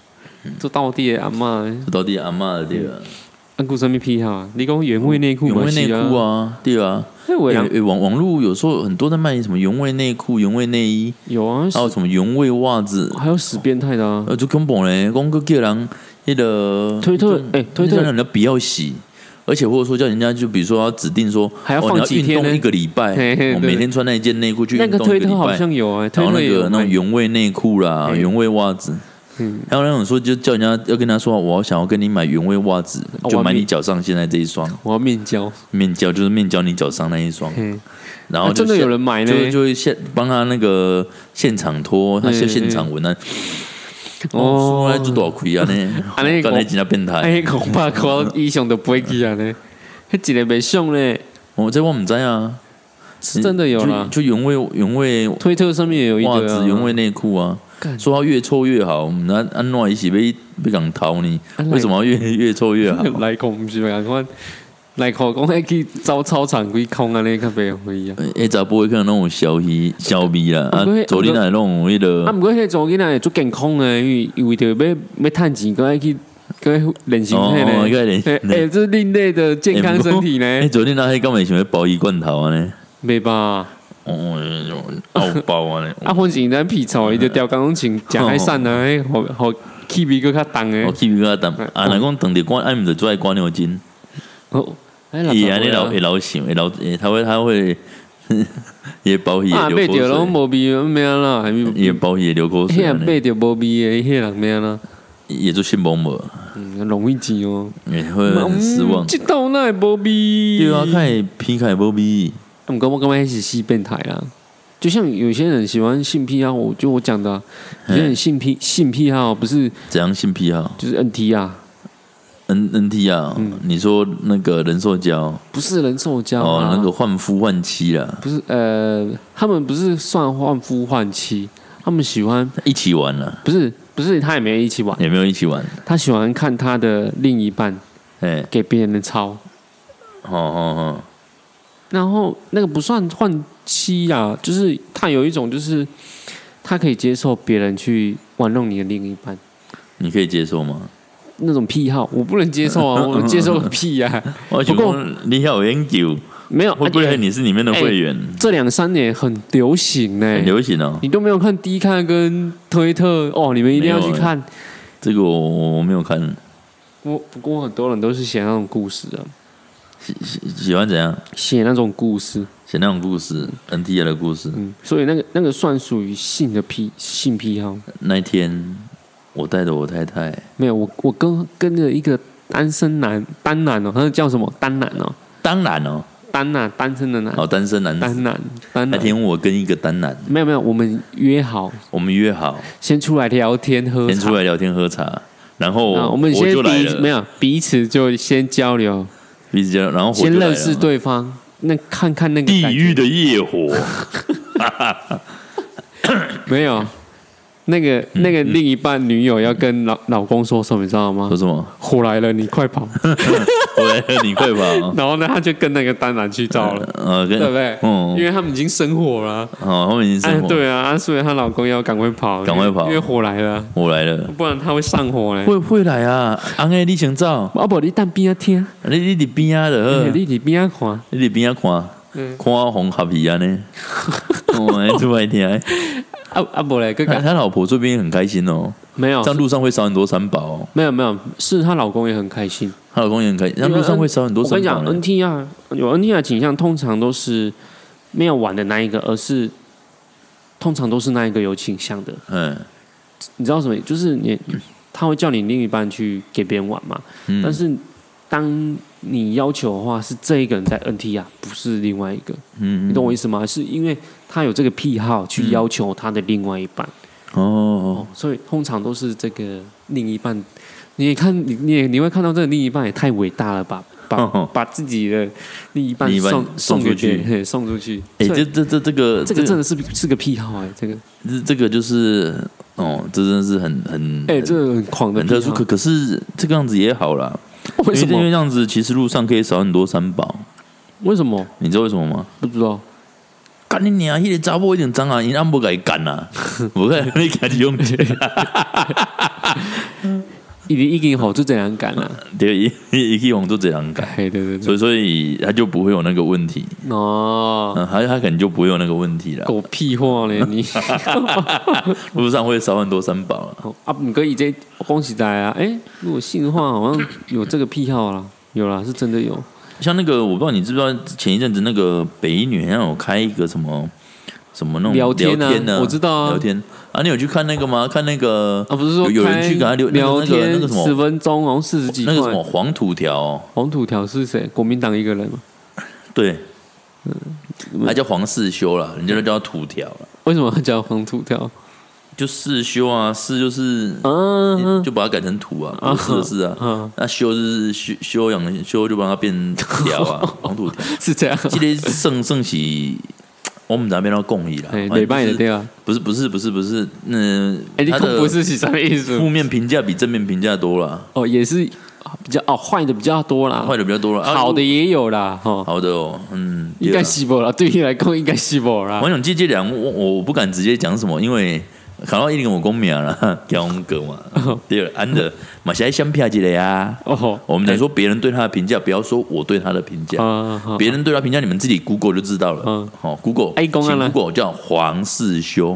Speaker 2: 做到底的阿嬷，
Speaker 1: 做到底阿嬷的对啊。
Speaker 2: 按顾什么癖好啊？你讲原味内裤，
Speaker 1: 原味内裤啊，对啊。网络有时候很多在卖什么原味内裤、原味内衣，
Speaker 2: 有啊，
Speaker 1: 还有什么原味袜子，
Speaker 2: 还有死变态的啊，
Speaker 1: 就根本嘞，讲个叫人那个
Speaker 2: 推特
Speaker 1: 人家不要洗。而且或者说叫人家就比如说要指定说
Speaker 2: 还要放几天
Speaker 1: 呢？一个礼拜，我每天穿那一件内裤去运动一个礼拜。
Speaker 2: 那个推特好像有
Speaker 1: 然后那种原味内裤啦，原味袜子。还有那种说就叫人家要跟他说，我想要跟你买原味袜子，就买你脚上现在这一双。
Speaker 2: 我要面交
Speaker 1: 就是面交你脚上那一双。然后
Speaker 2: 真的有人买呢，
Speaker 1: 就会帮他那个现场脱，他现场闻啊。哦，那就多亏啊呢！刚才真的变态，
Speaker 2: 哎，恐怕看医生都不会去啊呢，迄一个没上呢。
Speaker 1: 我唔知啊，
Speaker 2: 是真的有啦，
Speaker 1: 就原味，
Speaker 2: 推特上面也有一
Speaker 1: 袜子、原味内裤啊，说它越臭越好，那安诺一起被讲掏你，为什么越臭越好？
Speaker 2: 来讲不是讲看。来考讲，还去走操场几空啊？那较袂会啊！
Speaker 1: 查甫会看那种小味啦，昨天那种迄个，
Speaker 2: 不过迄昨天那做健康诶，因为着要趁钱，搁爱去练身体呢。这另类的健康身体呢。
Speaker 1: 昨天那还干嘛想要鮑鱼罐头啊呢？
Speaker 2: 没吧？
Speaker 1: 熬包啊呢！
Speaker 2: 反正咱皮草伊就调工穿食海产啊，好气味搁较重诶。
Speaker 1: 气味搁较重啊！若讲当着关，按毋着做爱关牛筋。伊安尼老想，他会也包伊
Speaker 2: 啊，背着拢无味，咩啦？
Speaker 1: 也包伊流口水。
Speaker 2: 迄背着无味诶，迄人咩啦？
Speaker 1: 也做新蒙无，
Speaker 2: 容易钱哦，
Speaker 1: 也会很失望。
Speaker 2: 这道那无味，
Speaker 1: 对啊，看皮开无味。
Speaker 2: 我感觉是细变态啦。就像有些人喜欢性癖好，我讲的，有些人性癖好不是
Speaker 1: 怎样性癖好，
Speaker 2: 就是 NT 啊。
Speaker 1: NT 啊，你说那个人兽交
Speaker 2: 不是人兽交
Speaker 1: 哦，那个换夫换妻啦，
Speaker 2: 不是他们不是算换夫换妻，他们喜欢
Speaker 1: 一起玩了，
Speaker 2: 不是他也没有一起玩，
Speaker 1: 也没有一起玩，
Speaker 2: 他喜欢看他的另一半给别人的操，然后那个不算换妻啊，就是他有一种就是他可以接受别人去玩弄你的另一半，
Speaker 1: 你可以接受吗？
Speaker 2: 那种癖好我不能接受啊，我接受个屁啊！
Speaker 1: 不过你要有研究，
Speaker 2: 没有
Speaker 1: 会不会你是里面的会员？
Speaker 2: 这2-3年很流行呢，
Speaker 1: 很流行哦。
Speaker 2: 你都没有看D看跟推特哦，你们一定要去看。
Speaker 1: 这个我没有看。
Speaker 2: 不过很多人都是写那种故事啊，
Speaker 1: 喜欢怎样？
Speaker 2: 写那种故事
Speaker 1: ，NT 的故事。
Speaker 2: 所以那个算属于性癖好。
Speaker 1: 那一天。我带着我太太，
Speaker 2: 没有我跟着一个单男哦，他叫什么单男哦，
Speaker 1: 单
Speaker 2: 身的男
Speaker 1: 哦，单身男
Speaker 2: 单男。
Speaker 1: 那天我跟一个单男，
Speaker 2: 没有，我们约好先出来聊天喝
Speaker 1: 茶，然后
Speaker 2: 我们先彼此就先交流，
Speaker 1: 然后
Speaker 2: 先认识对方，那看看那个
Speaker 1: 地狱的业火，
Speaker 2: 没有。那个另一半女友要跟老公说什么，你知道吗？
Speaker 1: 说什么？
Speaker 2: 火来了，你快跑！
Speaker 1: 火来了，你快跑！
Speaker 2: 然后呢，他就跟那个单男去照了，对不对？因为他们已经生火了。
Speaker 1: 他们已经生火。
Speaker 2: 对啊，所以她老公要赶快跑，因为火来了，不然他会上火嘞。
Speaker 1: 会来啊！安个你先走，
Speaker 2: 不你等边啊听，
Speaker 1: 你伫边啊的，
Speaker 2: 你伫边啊看，
Speaker 1: 看红合皮啊呢，我出来听。
Speaker 2: 不嘞，
Speaker 1: 他老婆这边很开心哦。
Speaker 2: 没有，
Speaker 1: 这样路上会少很多三宝哦。
Speaker 2: 没有，是她老公也很开心。
Speaker 1: 这样路上会少很多三宝。
Speaker 2: 我跟你讲 ，NT 有 NT 的倾向，通常都是没有玩的那一个，而是通常都是那一个有倾向的。你知道什么？就是他会叫你另一半去给别人玩嘛。但是当你要求的话，是这一个人在 NT 啊，不是另外一个。你懂我意思吗？是因为他有这个癖好去要求他的另外一半。所以通常都是这个另一半。你会看到这个另一半也太伟大了吧？把自己的另一半送出去，送出去。
Speaker 1: 这个
Speaker 2: 真的是个癖好
Speaker 1: 这个就是这真的是很
Speaker 2: 这个很狂的
Speaker 1: 很特殊。可是这个样子也好啦。
Speaker 2: 为什么？
Speaker 1: 因为这样子其实路上可以少很多三宝。
Speaker 2: 为什么？
Speaker 1: 你知道为什么吗？
Speaker 2: 不知道。
Speaker 1: 干你娘！那个查某一定脏啊，因俺不该干啊，不该你赶紧用去。
Speaker 2: 已经好就这样干了，
Speaker 1: 对，一去往就这样干，
Speaker 2: 对，
Speaker 1: 所以他就不会有那个问题哦，他可能就不会有那个问题了。
Speaker 2: 狗屁话嘞你，
Speaker 1: 路上会少很多三宝
Speaker 2: 啊，不过这恭喜大家，如果信的话，好像有这个癖好啦，有啦，是真的有。
Speaker 1: 像那个，我不知道你知不知道，前一阵子那个北一女好像有开一个什么那种
Speaker 2: 聊天
Speaker 1: 呢，
Speaker 2: 我知道啊，
Speaker 1: 聊天啊，你有去看那个吗？看那个
Speaker 2: 啊，不是说
Speaker 1: 有人去给他聊
Speaker 2: 天
Speaker 1: 那个什么
Speaker 2: 10分钟，好像40几块。
Speaker 1: 那个什么黄土条，
Speaker 2: 黄土条是谁？国民党一个人吗？
Speaker 1: 对，他叫黄世修啦，人家都叫他土条了。
Speaker 2: 为什么他叫黄土条？
Speaker 1: 就世修啊，世就是就把它改成土啊，不是啊，那修就是修养修就把它变条啊，黄土条
Speaker 2: 是这样。
Speaker 1: 记得圣喜。我们那边要共益啦，
Speaker 2: 礼拜的对啊，
Speaker 1: 不是，
Speaker 2: 他的不是什么意思？
Speaker 1: 负面评价比正面评价多啦。
Speaker 2: 哦，也是比较坏的比较多啦，好的也有啦，
Speaker 1: 好的
Speaker 2: 应该是不啦，对你来讲应该是不啦。
Speaker 1: 王永基这两我不敢直接讲什么，因为考到105公名了，江哥嘛，第二安的马来相片之类啊。我们讲说别人对他的评价，不要说我对他的评价，别人对他评价，你们自己 Google 就知道了。Google， 请 Google 叫黄世修，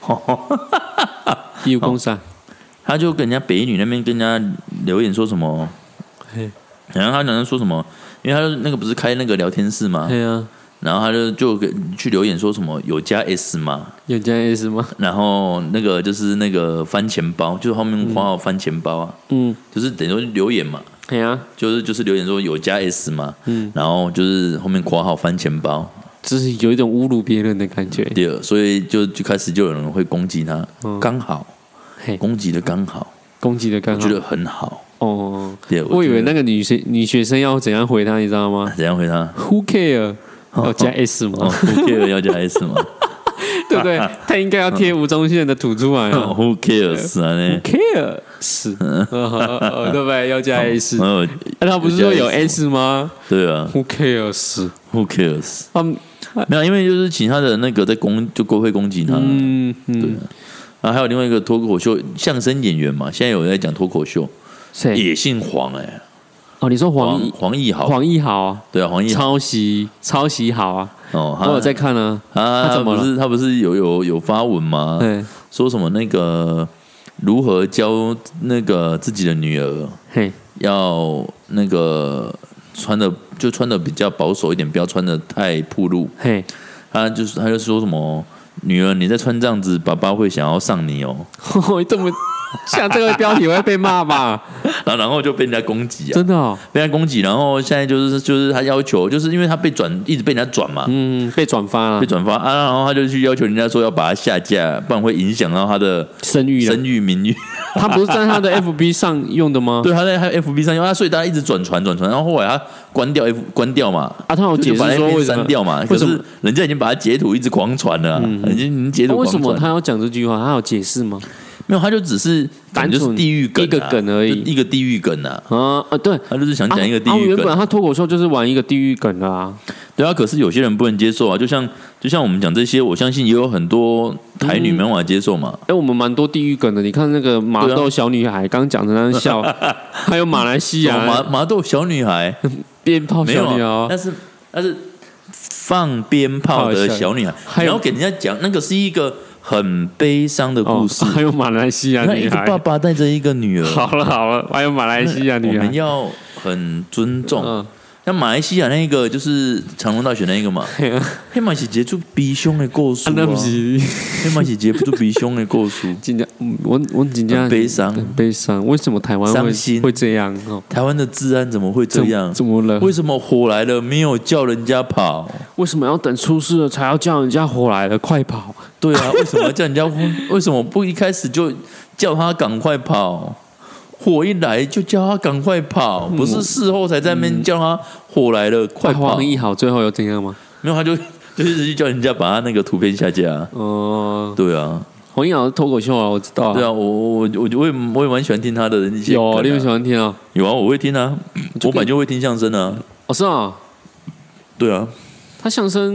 Speaker 2: 有公啥？
Speaker 1: 他就跟人家北一女那边跟人家留言说什么，然后他讲说什么，因为他那个不是开那个聊天室吗？
Speaker 2: 对啊。
Speaker 1: 然后他就去留言说什么有加 S 吗？
Speaker 2: 有加 S 吗？
Speaker 1: 然后那个就是那个翻钱包，就是后面括号翻钱包啊，就是等于说留言嘛，
Speaker 2: 对啊，
Speaker 1: 就是留言说有加 S 吗？然后就是后面括号翻钱包，
Speaker 2: 就是有一种侮辱别人的感觉。
Speaker 1: 对，所以就开始就有人会攻击他，刚好攻击的刚好，我觉得很好。
Speaker 2: 哦，对，我以为那个女学生要怎样回他，你知道吗？
Speaker 1: 怎样回他
Speaker 2: ？Who care？要加 S 吗
Speaker 1: ？Who care 要加 S 吗？
Speaker 2: 对不对？他应该要贴吴宗宪的图出来。
Speaker 1: Who cares 啊
Speaker 2: ？Who cares？对不对？要加 S。他不是说有 S 吗？
Speaker 1: 对啊。
Speaker 2: Who cares？Who
Speaker 1: cares？没有，因为就是其他的那个在国会攻击他。对。然后还有另外一个脱口秀相声演员嘛，现在有人在讲脱口秀，也姓黄
Speaker 2: 哦，你说黄
Speaker 1: 奕豪
Speaker 2: 啊？
Speaker 1: 对啊，黄奕豪
Speaker 2: 抄袭好啊！
Speaker 1: 哦，
Speaker 2: 我有在看啊。
Speaker 1: 他怎么了？他不是有发文吗？说什么那个如何教那个自己的女儿，要那个穿的比较保守一点，不要穿的太暴露。他就说什么女儿，你再穿这样子，爸爸会想要上你哦。
Speaker 2: 这么。像这个标题会被骂吧？
Speaker 1: 然后就被人家攻击啊！
Speaker 2: 真的
Speaker 1: 被人家攻击，然后现在就是他要求，就是因为他一直被人家转嘛，
Speaker 2: 被转发啊，
Speaker 1: 然后他就去要求人家说要把他下架，不然会影响到他的
Speaker 2: 声誉名誉。他不是在他的 FB 上用的吗？
Speaker 1: 对，他在 FB 上用，所以大家一直转传，然后后来他关掉嘛，
Speaker 2: 他有解释说为什么
Speaker 1: 删掉嘛？可是人家已经把他截图一直狂传了，已经截图狂传。
Speaker 2: 为什么他要讲这句话？他有解释吗？
Speaker 1: 没有，他就只是感觉就是地狱梗，
Speaker 2: 一个梗而已，
Speaker 1: 一个地狱梗啊！
Speaker 2: 对，
Speaker 1: 他就是想讲一个地狱梗。
Speaker 2: 原本他脱口秀就是玩一个地狱梗啊。
Speaker 1: 对啊，可是有些人不能接受啊，就像我们讲这些，我相信也有很多台女没办法接受嘛。
Speaker 2: 我们蛮多地狱梗的，你看那个麻豆小女孩，刚讲的那笑，还有马来西亚
Speaker 1: 麻豆小女孩，
Speaker 2: 鞭炮小女孩，
Speaker 1: 但是放鞭炮的小女孩，你要给人家讲那个是一个。很悲伤的故事，
Speaker 2: 还有马来西亚女孩，
Speaker 1: 一个爸爸带着一个女儿。
Speaker 2: 好了，还有马来西亚女孩，
Speaker 1: 我们要很尊重。像马来西亚那个就是长隆大学那一个嘛，黑马是接触鼻胸的故事，
Speaker 2: 那不是
Speaker 1: 黑马是接触鼻胸的故事。
Speaker 2: 我真的
Speaker 1: 悲伤，
Speaker 2: 为什么台湾会这样？
Speaker 1: 台湾的治安怎么会这样？
Speaker 2: 怎么了？
Speaker 1: 为什么火来了没有叫人家跑？
Speaker 2: 为什么要等出事了才要叫人家火来了快跑？
Speaker 1: 对啊，为什么要叫人家？为什么不一开始就叫他赶快跑？火一来就叫他赶快跑，不是事后才在那边叫他火来了快跑。
Speaker 2: 黄奕豪最后有怎样吗？
Speaker 1: 没有，他就一直去叫人家把他那个图片下架。对啊，
Speaker 2: 黄奕豪是脱口秀啊，我知道。
Speaker 1: 对啊，我也蛮喜欢听他的一些。
Speaker 2: 有，你们喜欢听啊？
Speaker 1: 有啊，我会听啊，我本来就会听相声啊。
Speaker 2: 是啊。
Speaker 1: 对啊，
Speaker 2: 他相声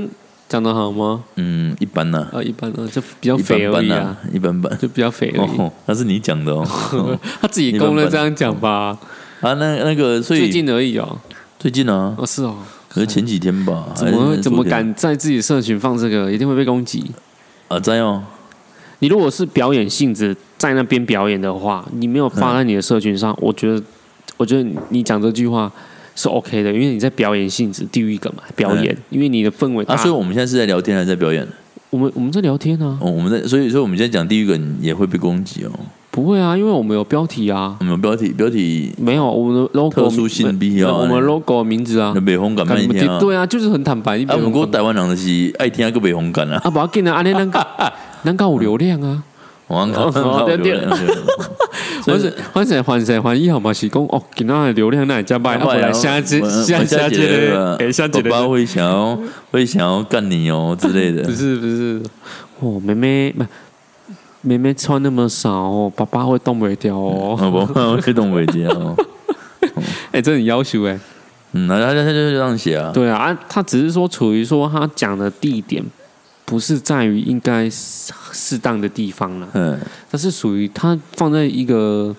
Speaker 2: 讲得好吗？
Speaker 1: 一般呐。
Speaker 2: 一般啊，就比较肥而已啊，
Speaker 1: 一般般，
Speaker 2: 就比较肥而已。
Speaker 1: 那是你讲的哦，
Speaker 2: 他自己公认这样讲吧。
Speaker 1: 那个，所以
Speaker 2: 最近而已哦。
Speaker 1: 最近啊？
Speaker 2: 是哦。
Speaker 1: 可是前几天吧？
Speaker 2: 怎么敢在自己社群放这个？一定会被攻击。
Speaker 1: 在哦。
Speaker 2: 你如果是表演性质在那边表演的话，你没有发在你的社群上，我觉得你讲这句话是 OK 的，因为你在表演性质地狱梗嘛，表演，因为你的氛围
Speaker 1: 所以我们现在是在聊天还是在表演？
Speaker 2: 我们在聊天啊。
Speaker 1: 所以我们现在讲地狱梗也会被攻击哦。
Speaker 2: 不会啊，因为我们有标题啊。
Speaker 1: 我们有标题
Speaker 2: 没有我们的 logo
Speaker 1: 特殊性必要。
Speaker 2: 我们 logo 的名字啊，
Speaker 1: 北红感卖天啊。
Speaker 2: 对啊，就是很坦白。
Speaker 1: 我们台湾人就是爱听个北红感啊。
Speaker 2: 不要紧啊，安尼咱有流量啊。还意好嘛？是讲今仔的流量那加卖，来下节嘞，下节
Speaker 1: 爸爸会想要干你哦之类的。
Speaker 2: 不是，妹妹穿那么少哦，爸爸会动不掉哦，
Speaker 1: 爸爸会动不掉。
Speaker 2: 这很要求
Speaker 1: 他就这样写啊。
Speaker 2: 对啊，他只是说处于说他讲的地点。不是在于应该适当的地方了，它是属于它放在一个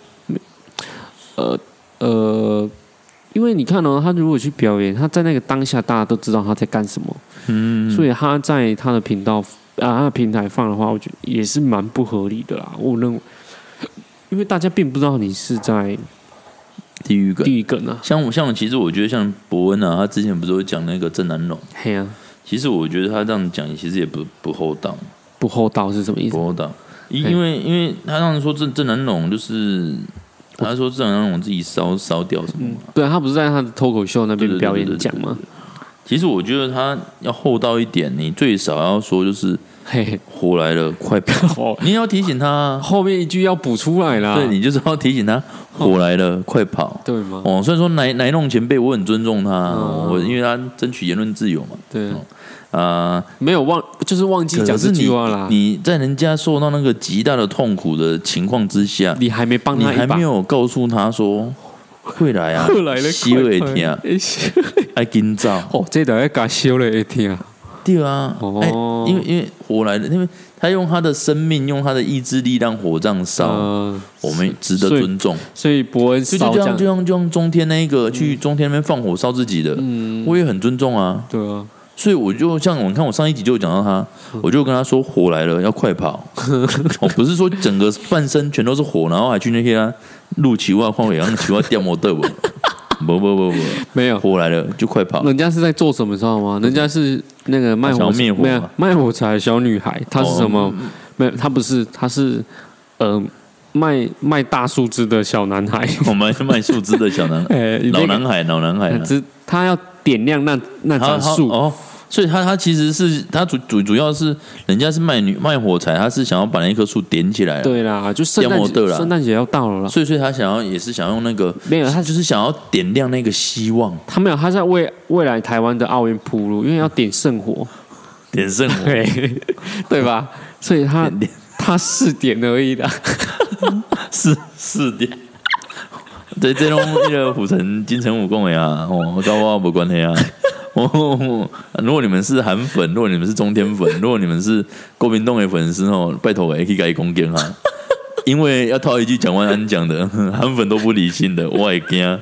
Speaker 2: 因为你看他如果去表演，他在那个当下大家都知道他在干什么，所以他在他的频道他的平台放的话，我觉得也是蛮不合理的啦。我认为，因为大家并不知道你是在
Speaker 1: 地狱梗
Speaker 2: 啊，
Speaker 1: 像其实我觉得像伯恩啊，他之前不是有讲那个郑南榕，
Speaker 2: 嘿啊。
Speaker 1: 其实我觉得他这样讲，其实也不厚道。
Speaker 2: 不厚道是什么意思？
Speaker 1: 不厚道，因为他让人说郑南榕就是他说郑南榕自己烧掉什么嘛？
Speaker 2: 对啊，他不是在他的脱口秀那边表演讲吗？
Speaker 1: 其实我觉得他要厚道一点，你最少要说就是火来了，快跑！你要提醒他，
Speaker 2: 后面一句要补出来啦。
Speaker 1: 对，你就是要提醒他，火来了，快跑！
Speaker 2: 对吗？
Speaker 1: 虽然说乃弄前辈，我很尊重他，因为他争取言论自由嘛。
Speaker 2: 对。没有就是忘记讲这句话啦。
Speaker 1: 你在人家受到那个极大的痛苦的情况之下，
Speaker 2: 你还没帮他一把，
Speaker 1: 你还没有告诉他说会来啊，修会听，爱紧走。
Speaker 2: 这台要加修了会听。
Speaker 1: 对啊，因为火来了，因为他用他的生命，用他的意志力让火葬烧，我们值得尊重。
Speaker 2: 所以伯恩
Speaker 1: 就像中天那一个去中天那边放火烧自己的，我也很尊重啊。
Speaker 2: 对啊。
Speaker 1: 所以我就像我看我上一集就有讲到他，我就跟他说火来了要快跑，不是说整个半身全都是火，然后还去那些路奇外换尾让奇外掉模的不，
Speaker 2: 没有
Speaker 1: 火来了就快跑。
Speaker 2: 人家是在做什么知道吗？人家是那个卖火柴的小女孩，她是什么？没有，她不是，她是卖大树枝的小男孩。
Speaker 1: 卖树枝的小男孩，老男孩，
Speaker 2: 他要点亮那棵树
Speaker 1: 所以他其实是他主要是人家是卖火柴，他是想要把那棵树点起来。
Speaker 2: 对啦，就圣诞节要到了啦，
Speaker 1: 所以他也是想用那个
Speaker 2: 没有，他
Speaker 1: 就是想要点亮那个希望。
Speaker 2: 他没有，他在为未来台湾的奥运铺路，因为要点圣火，对吧？所以他4点而已的，
Speaker 1: 四点。对，这种那个虎城金城武讲的啊，跟我没关系啊。如果你们是韩粉，如果你们是中天粉，如果你们是国民党的粉丝拜托可以给攻击哈，因为要套一句蒋万安讲的，韩粉都不理性的，我也惊。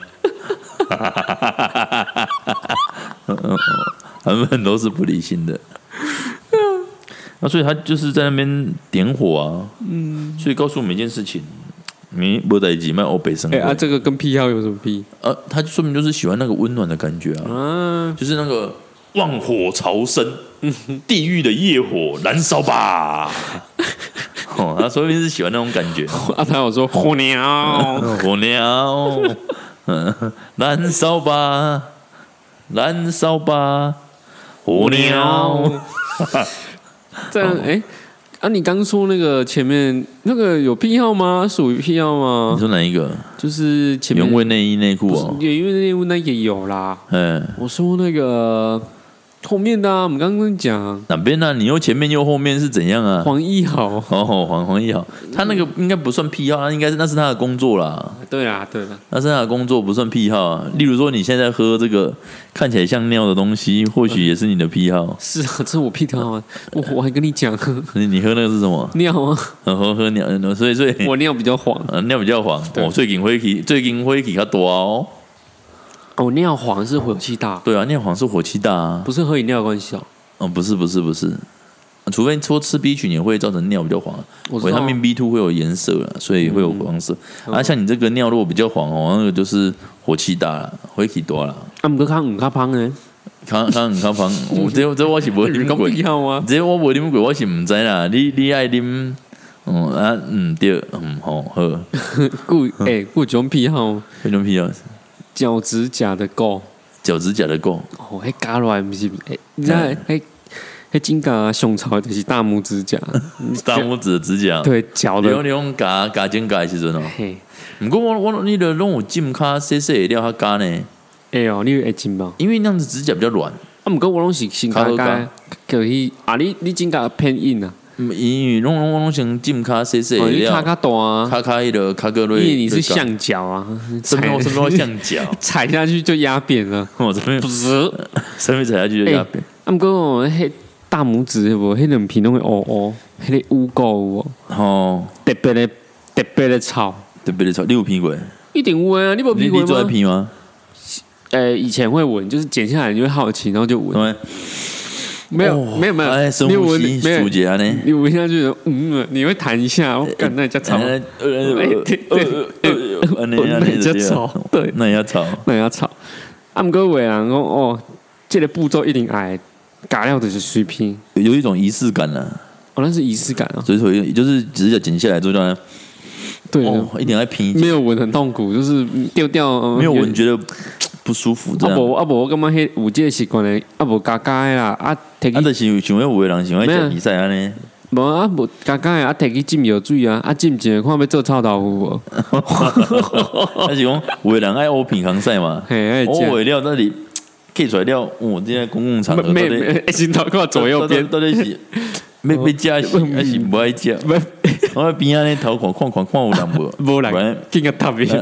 Speaker 1: 韩粉都是不理性的。所以他就是在那边点火啊，所以告诉我们一件事情。没在一起卖欧北生活。
Speaker 2: 这个跟癖好有什么癖？
Speaker 1: 他说明就是喜欢那个温暖的感觉啊，就是那个望火朝生，地狱的夜火燃烧吧。他说明是喜欢那种感觉。
Speaker 2: 他有说火鸟，
Speaker 1: 燃烧吧，燃烧吧，火鸟。
Speaker 2: 这样你刚说那个前面那个有癖好吗？属于癖好吗？
Speaker 1: 你说哪一个？
Speaker 2: 就是前面
Speaker 1: 原味内衣内裤
Speaker 2: 原味内衣那也有啦。我说那个后面的啊，我们刚刚讲
Speaker 1: 哪边啊？你又前面又后面是怎样啊？
Speaker 2: 黄奕豪
Speaker 1: 哦，黄奕豪，他那个应该不算癖好，那是他的工作啦。
Speaker 2: 对啦，
Speaker 1: 那是他的工作，不算癖好啊。例如说，你现在喝这个看起来像尿的东西，或许也是你的癖好。
Speaker 2: 是啊，这是我癖好啊。我还跟你讲，
Speaker 1: 你喝那个是什么？
Speaker 2: 尿啊，
Speaker 1: 喝尿，所以
Speaker 2: 我尿比较黄，
Speaker 1: 尿比较黄。最近火气较大哦。
Speaker 2: 哦，尿黄是火气大。
Speaker 1: 对啊，尿黄是火气大啊，
Speaker 2: 不是喝饮料的关系哦。
Speaker 1: 不是，除非说吃 B 群也会造成尿比较黄，维他命 B2 会有颜色了，所以会有黄色。像你这个尿如果比较黄哦，那个就是火气大了，火气大了。
Speaker 2: 不过康唔卡胖呢？
Speaker 1: 康唔卡胖，这我是无啉过。这我无啉过，我是唔知啦。你爱啉？对，好喝。
Speaker 2: 顾种癖好，
Speaker 1: 那种癖好。
Speaker 2: 脚趾甲的垢，哦，迄加落来不是，你知道迄真假上潮就是大拇指甲，
Speaker 1: 大拇指的指甲，
Speaker 2: 对，脚的。
Speaker 1: 你用夹指甲的时阵哦。不过我你的弄有浸卡细细的料较加呢。
Speaker 2: 你会浸吗？
Speaker 1: 因为那样子指甲比较软。
Speaker 2: 不过我拢是先加，就是你指甲偏硬啊。
Speaker 1: 因为弄成浸卡细细的料，
Speaker 2: 卡大啊，
Speaker 1: 卡迄个卡个瑞，
Speaker 2: 因为你是橡胶啊，
Speaker 1: 什么橡胶，
Speaker 2: 踩下去就压扁了。
Speaker 1: 这边不是，上面踩下去就压扁。
Speaker 2: 不过迄大拇指无，迄两片拢会乌，迄个污垢哦，特别的臭，
Speaker 1: 你有闻过？
Speaker 2: 一定有啊，你无闻过吗？
Speaker 1: 你做闻吗？
Speaker 2: 以前会闻，就是剪下来你会好奇，然后就闻。没有，
Speaker 1: 深呼吸，数节啊呢？
Speaker 2: 你闻下去，你会弹一下，我感那叫吵，那叫吵，对，
Speaker 1: 那要吵。
Speaker 2: 不过有的人讲这个步骤一定爱，加料就是水平，
Speaker 1: 有一种仪式感啊。
Speaker 2: 那是仪式感啊。
Speaker 1: 所以就是指甲剪下来之后，
Speaker 2: 对，
Speaker 1: 一点爱拼，
Speaker 2: 没有闻很痛苦，就是掉，
Speaker 1: 没有闻觉得不舒服。
Speaker 2: 我感觉迄有这个习惯的，无加的啦，
Speaker 1: 就是想要有的人想要讲比赛安尼。
Speaker 2: 无加的，摕去浸药水啊，浸一看要做臭豆腐无？
Speaker 1: 是讲有的人爱乌片扛赛嘛，乌的料那里刻出来了，这在公共场合，
Speaker 2: 先头看左右边
Speaker 1: 到底是要加还是不爱加？我边仔咧头看有人无？
Speaker 2: 无人，见个特别。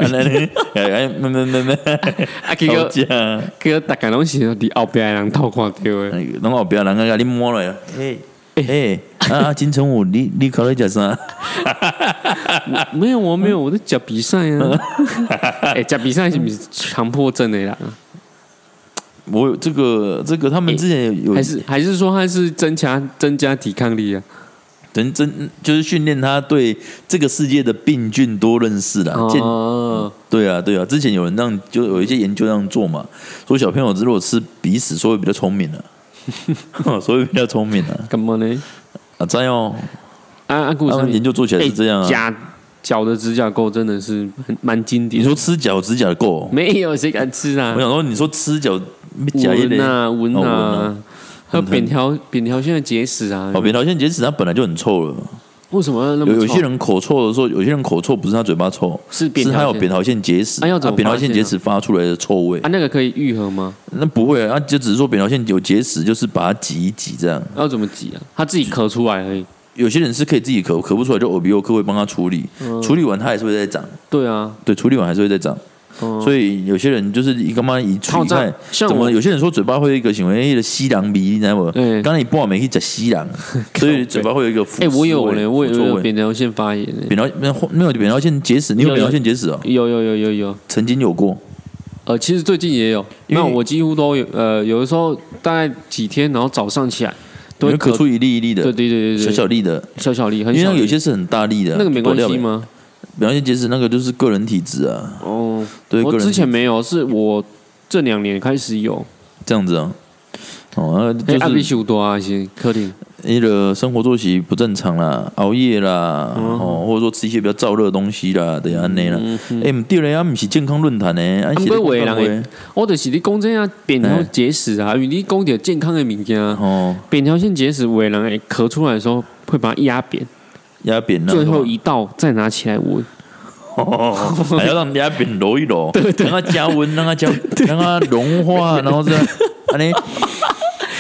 Speaker 2: 结果大家拢是伫后边的人偷看到的，
Speaker 1: 拢后边人甲你摸来，金城武，你考虑食啥？
Speaker 2: 没有，我在讲比赛啊。讲比赛是不是强迫症的啦？
Speaker 1: 我有这个，他们之前有
Speaker 2: 还是说他是增加抵抗力啊？
Speaker 1: 就是训练他对这个世界的病菌多认识啦。对啊，之前有人就有一些研究这样做嘛，说小朋友如果吃鼻屎，说会比较聪明了，所以比较聪明了。
Speaker 2: 干嘛呢？
Speaker 1: 在哦，
Speaker 2: 他们
Speaker 1: 研究做起来是这样啊。
Speaker 2: 脚的指甲垢真的是蛮经典。
Speaker 1: 你说吃脚指甲的垢？
Speaker 2: 没有，谁敢吃啊？
Speaker 1: 我想说，你说吃脚
Speaker 2: 闻啊，还有扁桃腺的结石啊。
Speaker 1: 扁桃腺结石它本来就很臭了。
Speaker 2: 为什么要那么臭？
Speaker 1: 有些人口臭的时候，有些人口臭不是他嘴巴臭，是他有扁桃腺结石。扁桃腺结石发出来的臭味
Speaker 2: 那个可以愈合吗？
Speaker 1: 那不会啊，就只是说扁桃腺有结石，就是把它挤一挤这样。
Speaker 2: 要怎么挤啊？他自己咳出来而已。
Speaker 1: 有些人是可以自己咳不出来，就耳鼻喉科会帮他处理，处理完他还是会再长。
Speaker 2: 对啊，
Speaker 1: 对，处理完还是会再长。所以有些人就是干嘛一处理看，怎么有些人说嘴巴会有一个行为的西凉鼻，你知道不？刚才你不好没去讲西凉，所以嘴巴会有一个
Speaker 2: 我有扁桃腺发炎，
Speaker 1: 没有扁桃腺结石，你有扁桃腺结石哦？
Speaker 2: 有，
Speaker 1: 曾经有过。
Speaker 2: 其实最近也有，因为我几乎都有，有的时候大概几天，然后早上起来。
Speaker 1: 都会咳出一粒一粒的，
Speaker 2: 对，
Speaker 1: 小粒的，
Speaker 2: 小粒，
Speaker 1: 因为那有些是很大粒的，
Speaker 2: 那个没关系吗？
Speaker 1: 扁桃腺结石那个就是个人体质啊。对，
Speaker 2: 我之前没有，是我这2年开始有
Speaker 1: 这样子啊。
Speaker 2: 就是必须有多啊一些客厅。
Speaker 1: 生活作息不正常啦，熬夜啦，或者说吃一些比较燥热的东西啦，对安内啦。唔对咧，不是健康论坛呢。
Speaker 2: 我就是你讲这样扁桃结石啊，因为你讲到健康的物件，扁桃腺结石，有的人咳出来的时候会把它压扁，最后一道再拿起来闻。
Speaker 1: 还要让压扁揉一揉，让它加温，让它融化，然后这样安尼。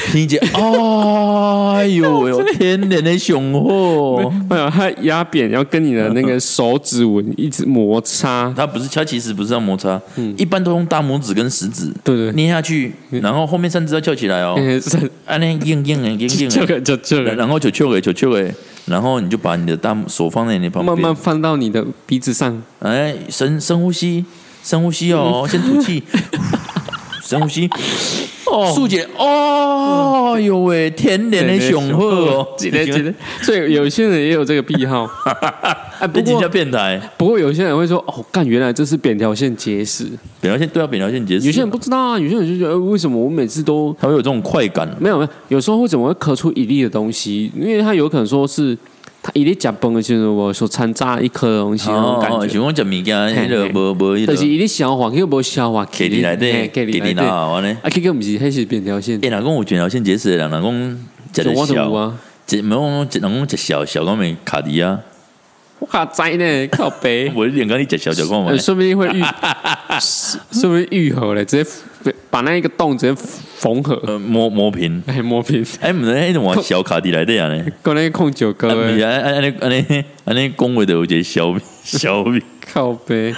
Speaker 1: 听见，哎呦喂，天然的雄厚，
Speaker 2: 没有，它压扁要跟你的那个手指纹一直摩擦。
Speaker 1: 它其实不是要摩擦，一般都用大拇指跟食指，
Speaker 2: 对，
Speaker 1: 捏下去，然后后面3只要翘起来哦，按那硬硬的，然后就翘诶，然后你就把你的手放在你旁边，
Speaker 2: 慢慢放到你的鼻子上，
Speaker 1: 哎，深呼吸哦，先吐气，深呼吸。素姐，哦呦喂，天然的雄厚哦，
Speaker 2: 所以有些人也有这个癖好，
Speaker 1: 不过变态。
Speaker 2: 不过有些人会说，哦，干，原来这是扁桃腺结石。
Speaker 1: 扁桃腺结石。
Speaker 2: 有些人不知道啊，有些人就觉得，为什么我每次都
Speaker 1: 他会有这种快感？
Speaker 2: 没有，有时候怎么会咳出一粒的东西？因为他有可能说是。他一粒吃饭的时候，我所掺杂一颗东西那种感觉。
Speaker 1: 像我吃物件，那个无，
Speaker 2: 就是一粒消化，又无消化，
Speaker 1: 给你来的，给你拿完呢。
Speaker 2: 这个不是，那是扁桃腺。
Speaker 1: 人讲有扁桃腺结石的人，人讲吃得小啊，没有人讲吃小讲没卡迪啊。
Speaker 2: 我卡在呢，靠背。
Speaker 1: 我连讲你吃小讲嘛，
Speaker 2: 说不定会说不定愈合了，直接把那一个洞直接缝合，
Speaker 1: 磨平，
Speaker 2: 磨平。
Speaker 1: 哎，不是那种往小卡迪来的呀呢？
Speaker 2: 跟那个控酒哥，
Speaker 1: 那恭维的有些小米
Speaker 2: 靠背，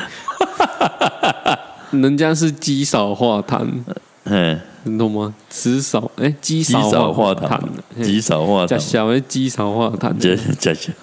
Speaker 2: 人家是肌少化痰，你懂吗？肌少化痰，
Speaker 1: 肌少化痰，
Speaker 2: 加小的肌少化痰，
Speaker 1: 加小。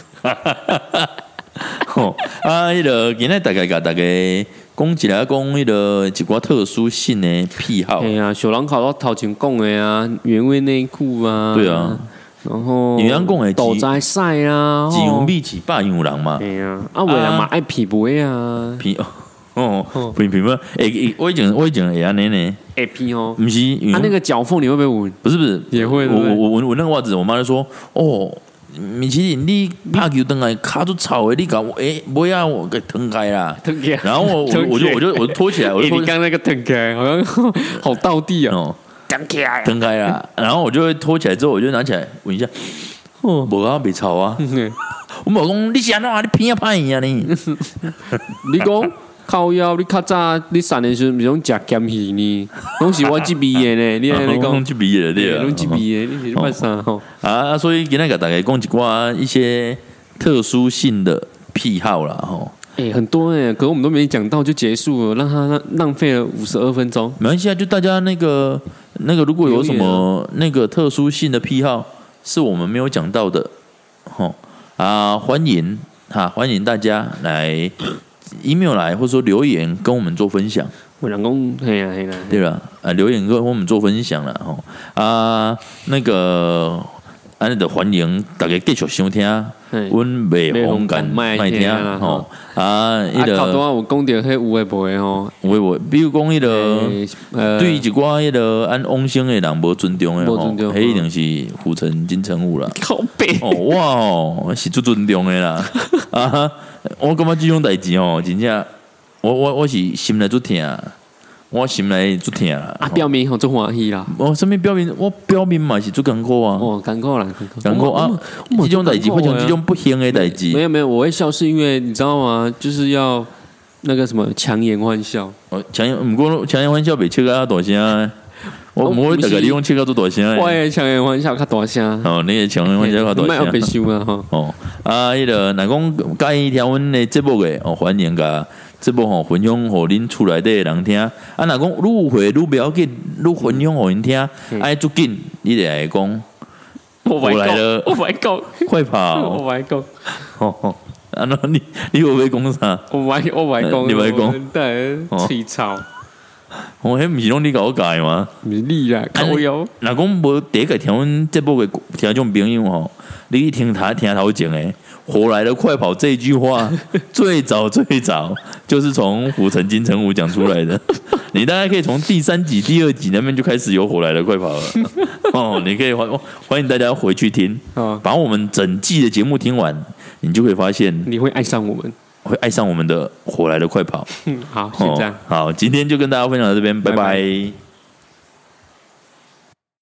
Speaker 1: 迄个今天大概甲大家讲起来，讲迄个一寡特殊性的癖好。
Speaker 2: 哎呀，小人考到头前讲的啊，原味内裤啊，
Speaker 1: 对啊，
Speaker 2: 然后
Speaker 1: 有人讲的
Speaker 2: 斗宅赛啊，
Speaker 1: 几用米起百样人嘛。
Speaker 2: 哎呀，有的人嘛爱皮背啊，
Speaker 1: 皮吗？我已经会安尼呢。
Speaker 2: 会皮哦，
Speaker 1: 不是，
Speaker 2: 他那个脚缝你会不会闻？
Speaker 1: 不是，
Speaker 2: 也会。
Speaker 1: 我那个袜子，我妈就说哦。米其林，你拍球登来卡住草的，你搞不要我给腾开啦，然后我就拖起来，我就
Speaker 2: 你刚那个腾开，好像好道地啊，
Speaker 1: 腾开啦，然后我就会拖起来之后，我就拿起来闻一下，不要被吵啊，我冇讲你想哪，你偏要拍呀你，
Speaker 2: 你讲。靠腰，你较早你散的时候，是拢食咸鱼呢？拢是我这毕业呢，你讲
Speaker 1: 拢这毕业对啊，
Speaker 2: 拢这毕业，你是办啥吼？
Speaker 1: 啊，所以今天给大家讲一寡一些特殊性的癖好啦吼。
Speaker 2: 很多可我们都没讲到就结束了，让他浪费了52分钟。
Speaker 1: 没关系啊，就大家那个，如果有什么那个特殊性的癖好是我们没有讲到的，吼欢迎大家来。email 来，或者说留言跟我们做分享。
Speaker 2: 我人讲，
Speaker 1: 对了，留言跟我们做分享了吼那个安的欢迎大家继续收听，阮卖红感卖听吼
Speaker 2: 迄个。头拄有讲到迄有诶无诶吼，
Speaker 1: 比如讲迄个对一寡迄个按翁姓诶人无尊重诶吼，迄一定是虎城金城武啦。
Speaker 2: 靠背
Speaker 1: 哇是最尊重诶啦我感觉这种代志吼，真正我是心内最疼，我心内最疼啦。
Speaker 2: 表面吼最欢喜啦。
Speaker 1: 什么表面？我表面嘛是最艰苦啊。
Speaker 2: 艰苦啦，
Speaker 1: 艰苦啊！这种代志或者这种不幸的代志，
Speaker 2: 没有，我会笑是因为你知道吗？就是要那个什么强颜欢笑。
Speaker 1: 不过强颜欢笑袂笑啊大声。我会大概利用切到做大声，
Speaker 2: 我也强颜欢笑较大声。
Speaker 1: 你也强颜欢笑较大声，
Speaker 2: 莫被收啊！
Speaker 1: 迄个若讲介意听阮的节目的欢迎甲节目分享互恁厝内底的人听。若讲愈会愈不要紧，愈分享互因听，足紧，你得来讲。我来了
Speaker 2: ，Oh my god！
Speaker 1: 快跑
Speaker 2: ！Oh my god！
Speaker 1: 你会讲啥
Speaker 2: ？Oh my god！
Speaker 1: 你会讲？
Speaker 2: 对，吹草。
Speaker 1: 迄毋是拢你甲我教吗？
Speaker 2: 毋是你啦，靠腰。
Speaker 1: 若讲无第一个听阮节目的听众朋友吼，你去听头前诶，火来的快跑这一句话，最早就是从虎城金城武讲出来的。你大概可以从第3集、第2集那边就开始有火来的快跑了。你可以欢迎大家回去听，把我们整季的节目听完，你就会发现
Speaker 2: 你会爱上我们。
Speaker 1: 会爱上我们的火来的快跑。
Speaker 2: 好，现在
Speaker 1: 好，今天就跟大家分享到这边，拜拜。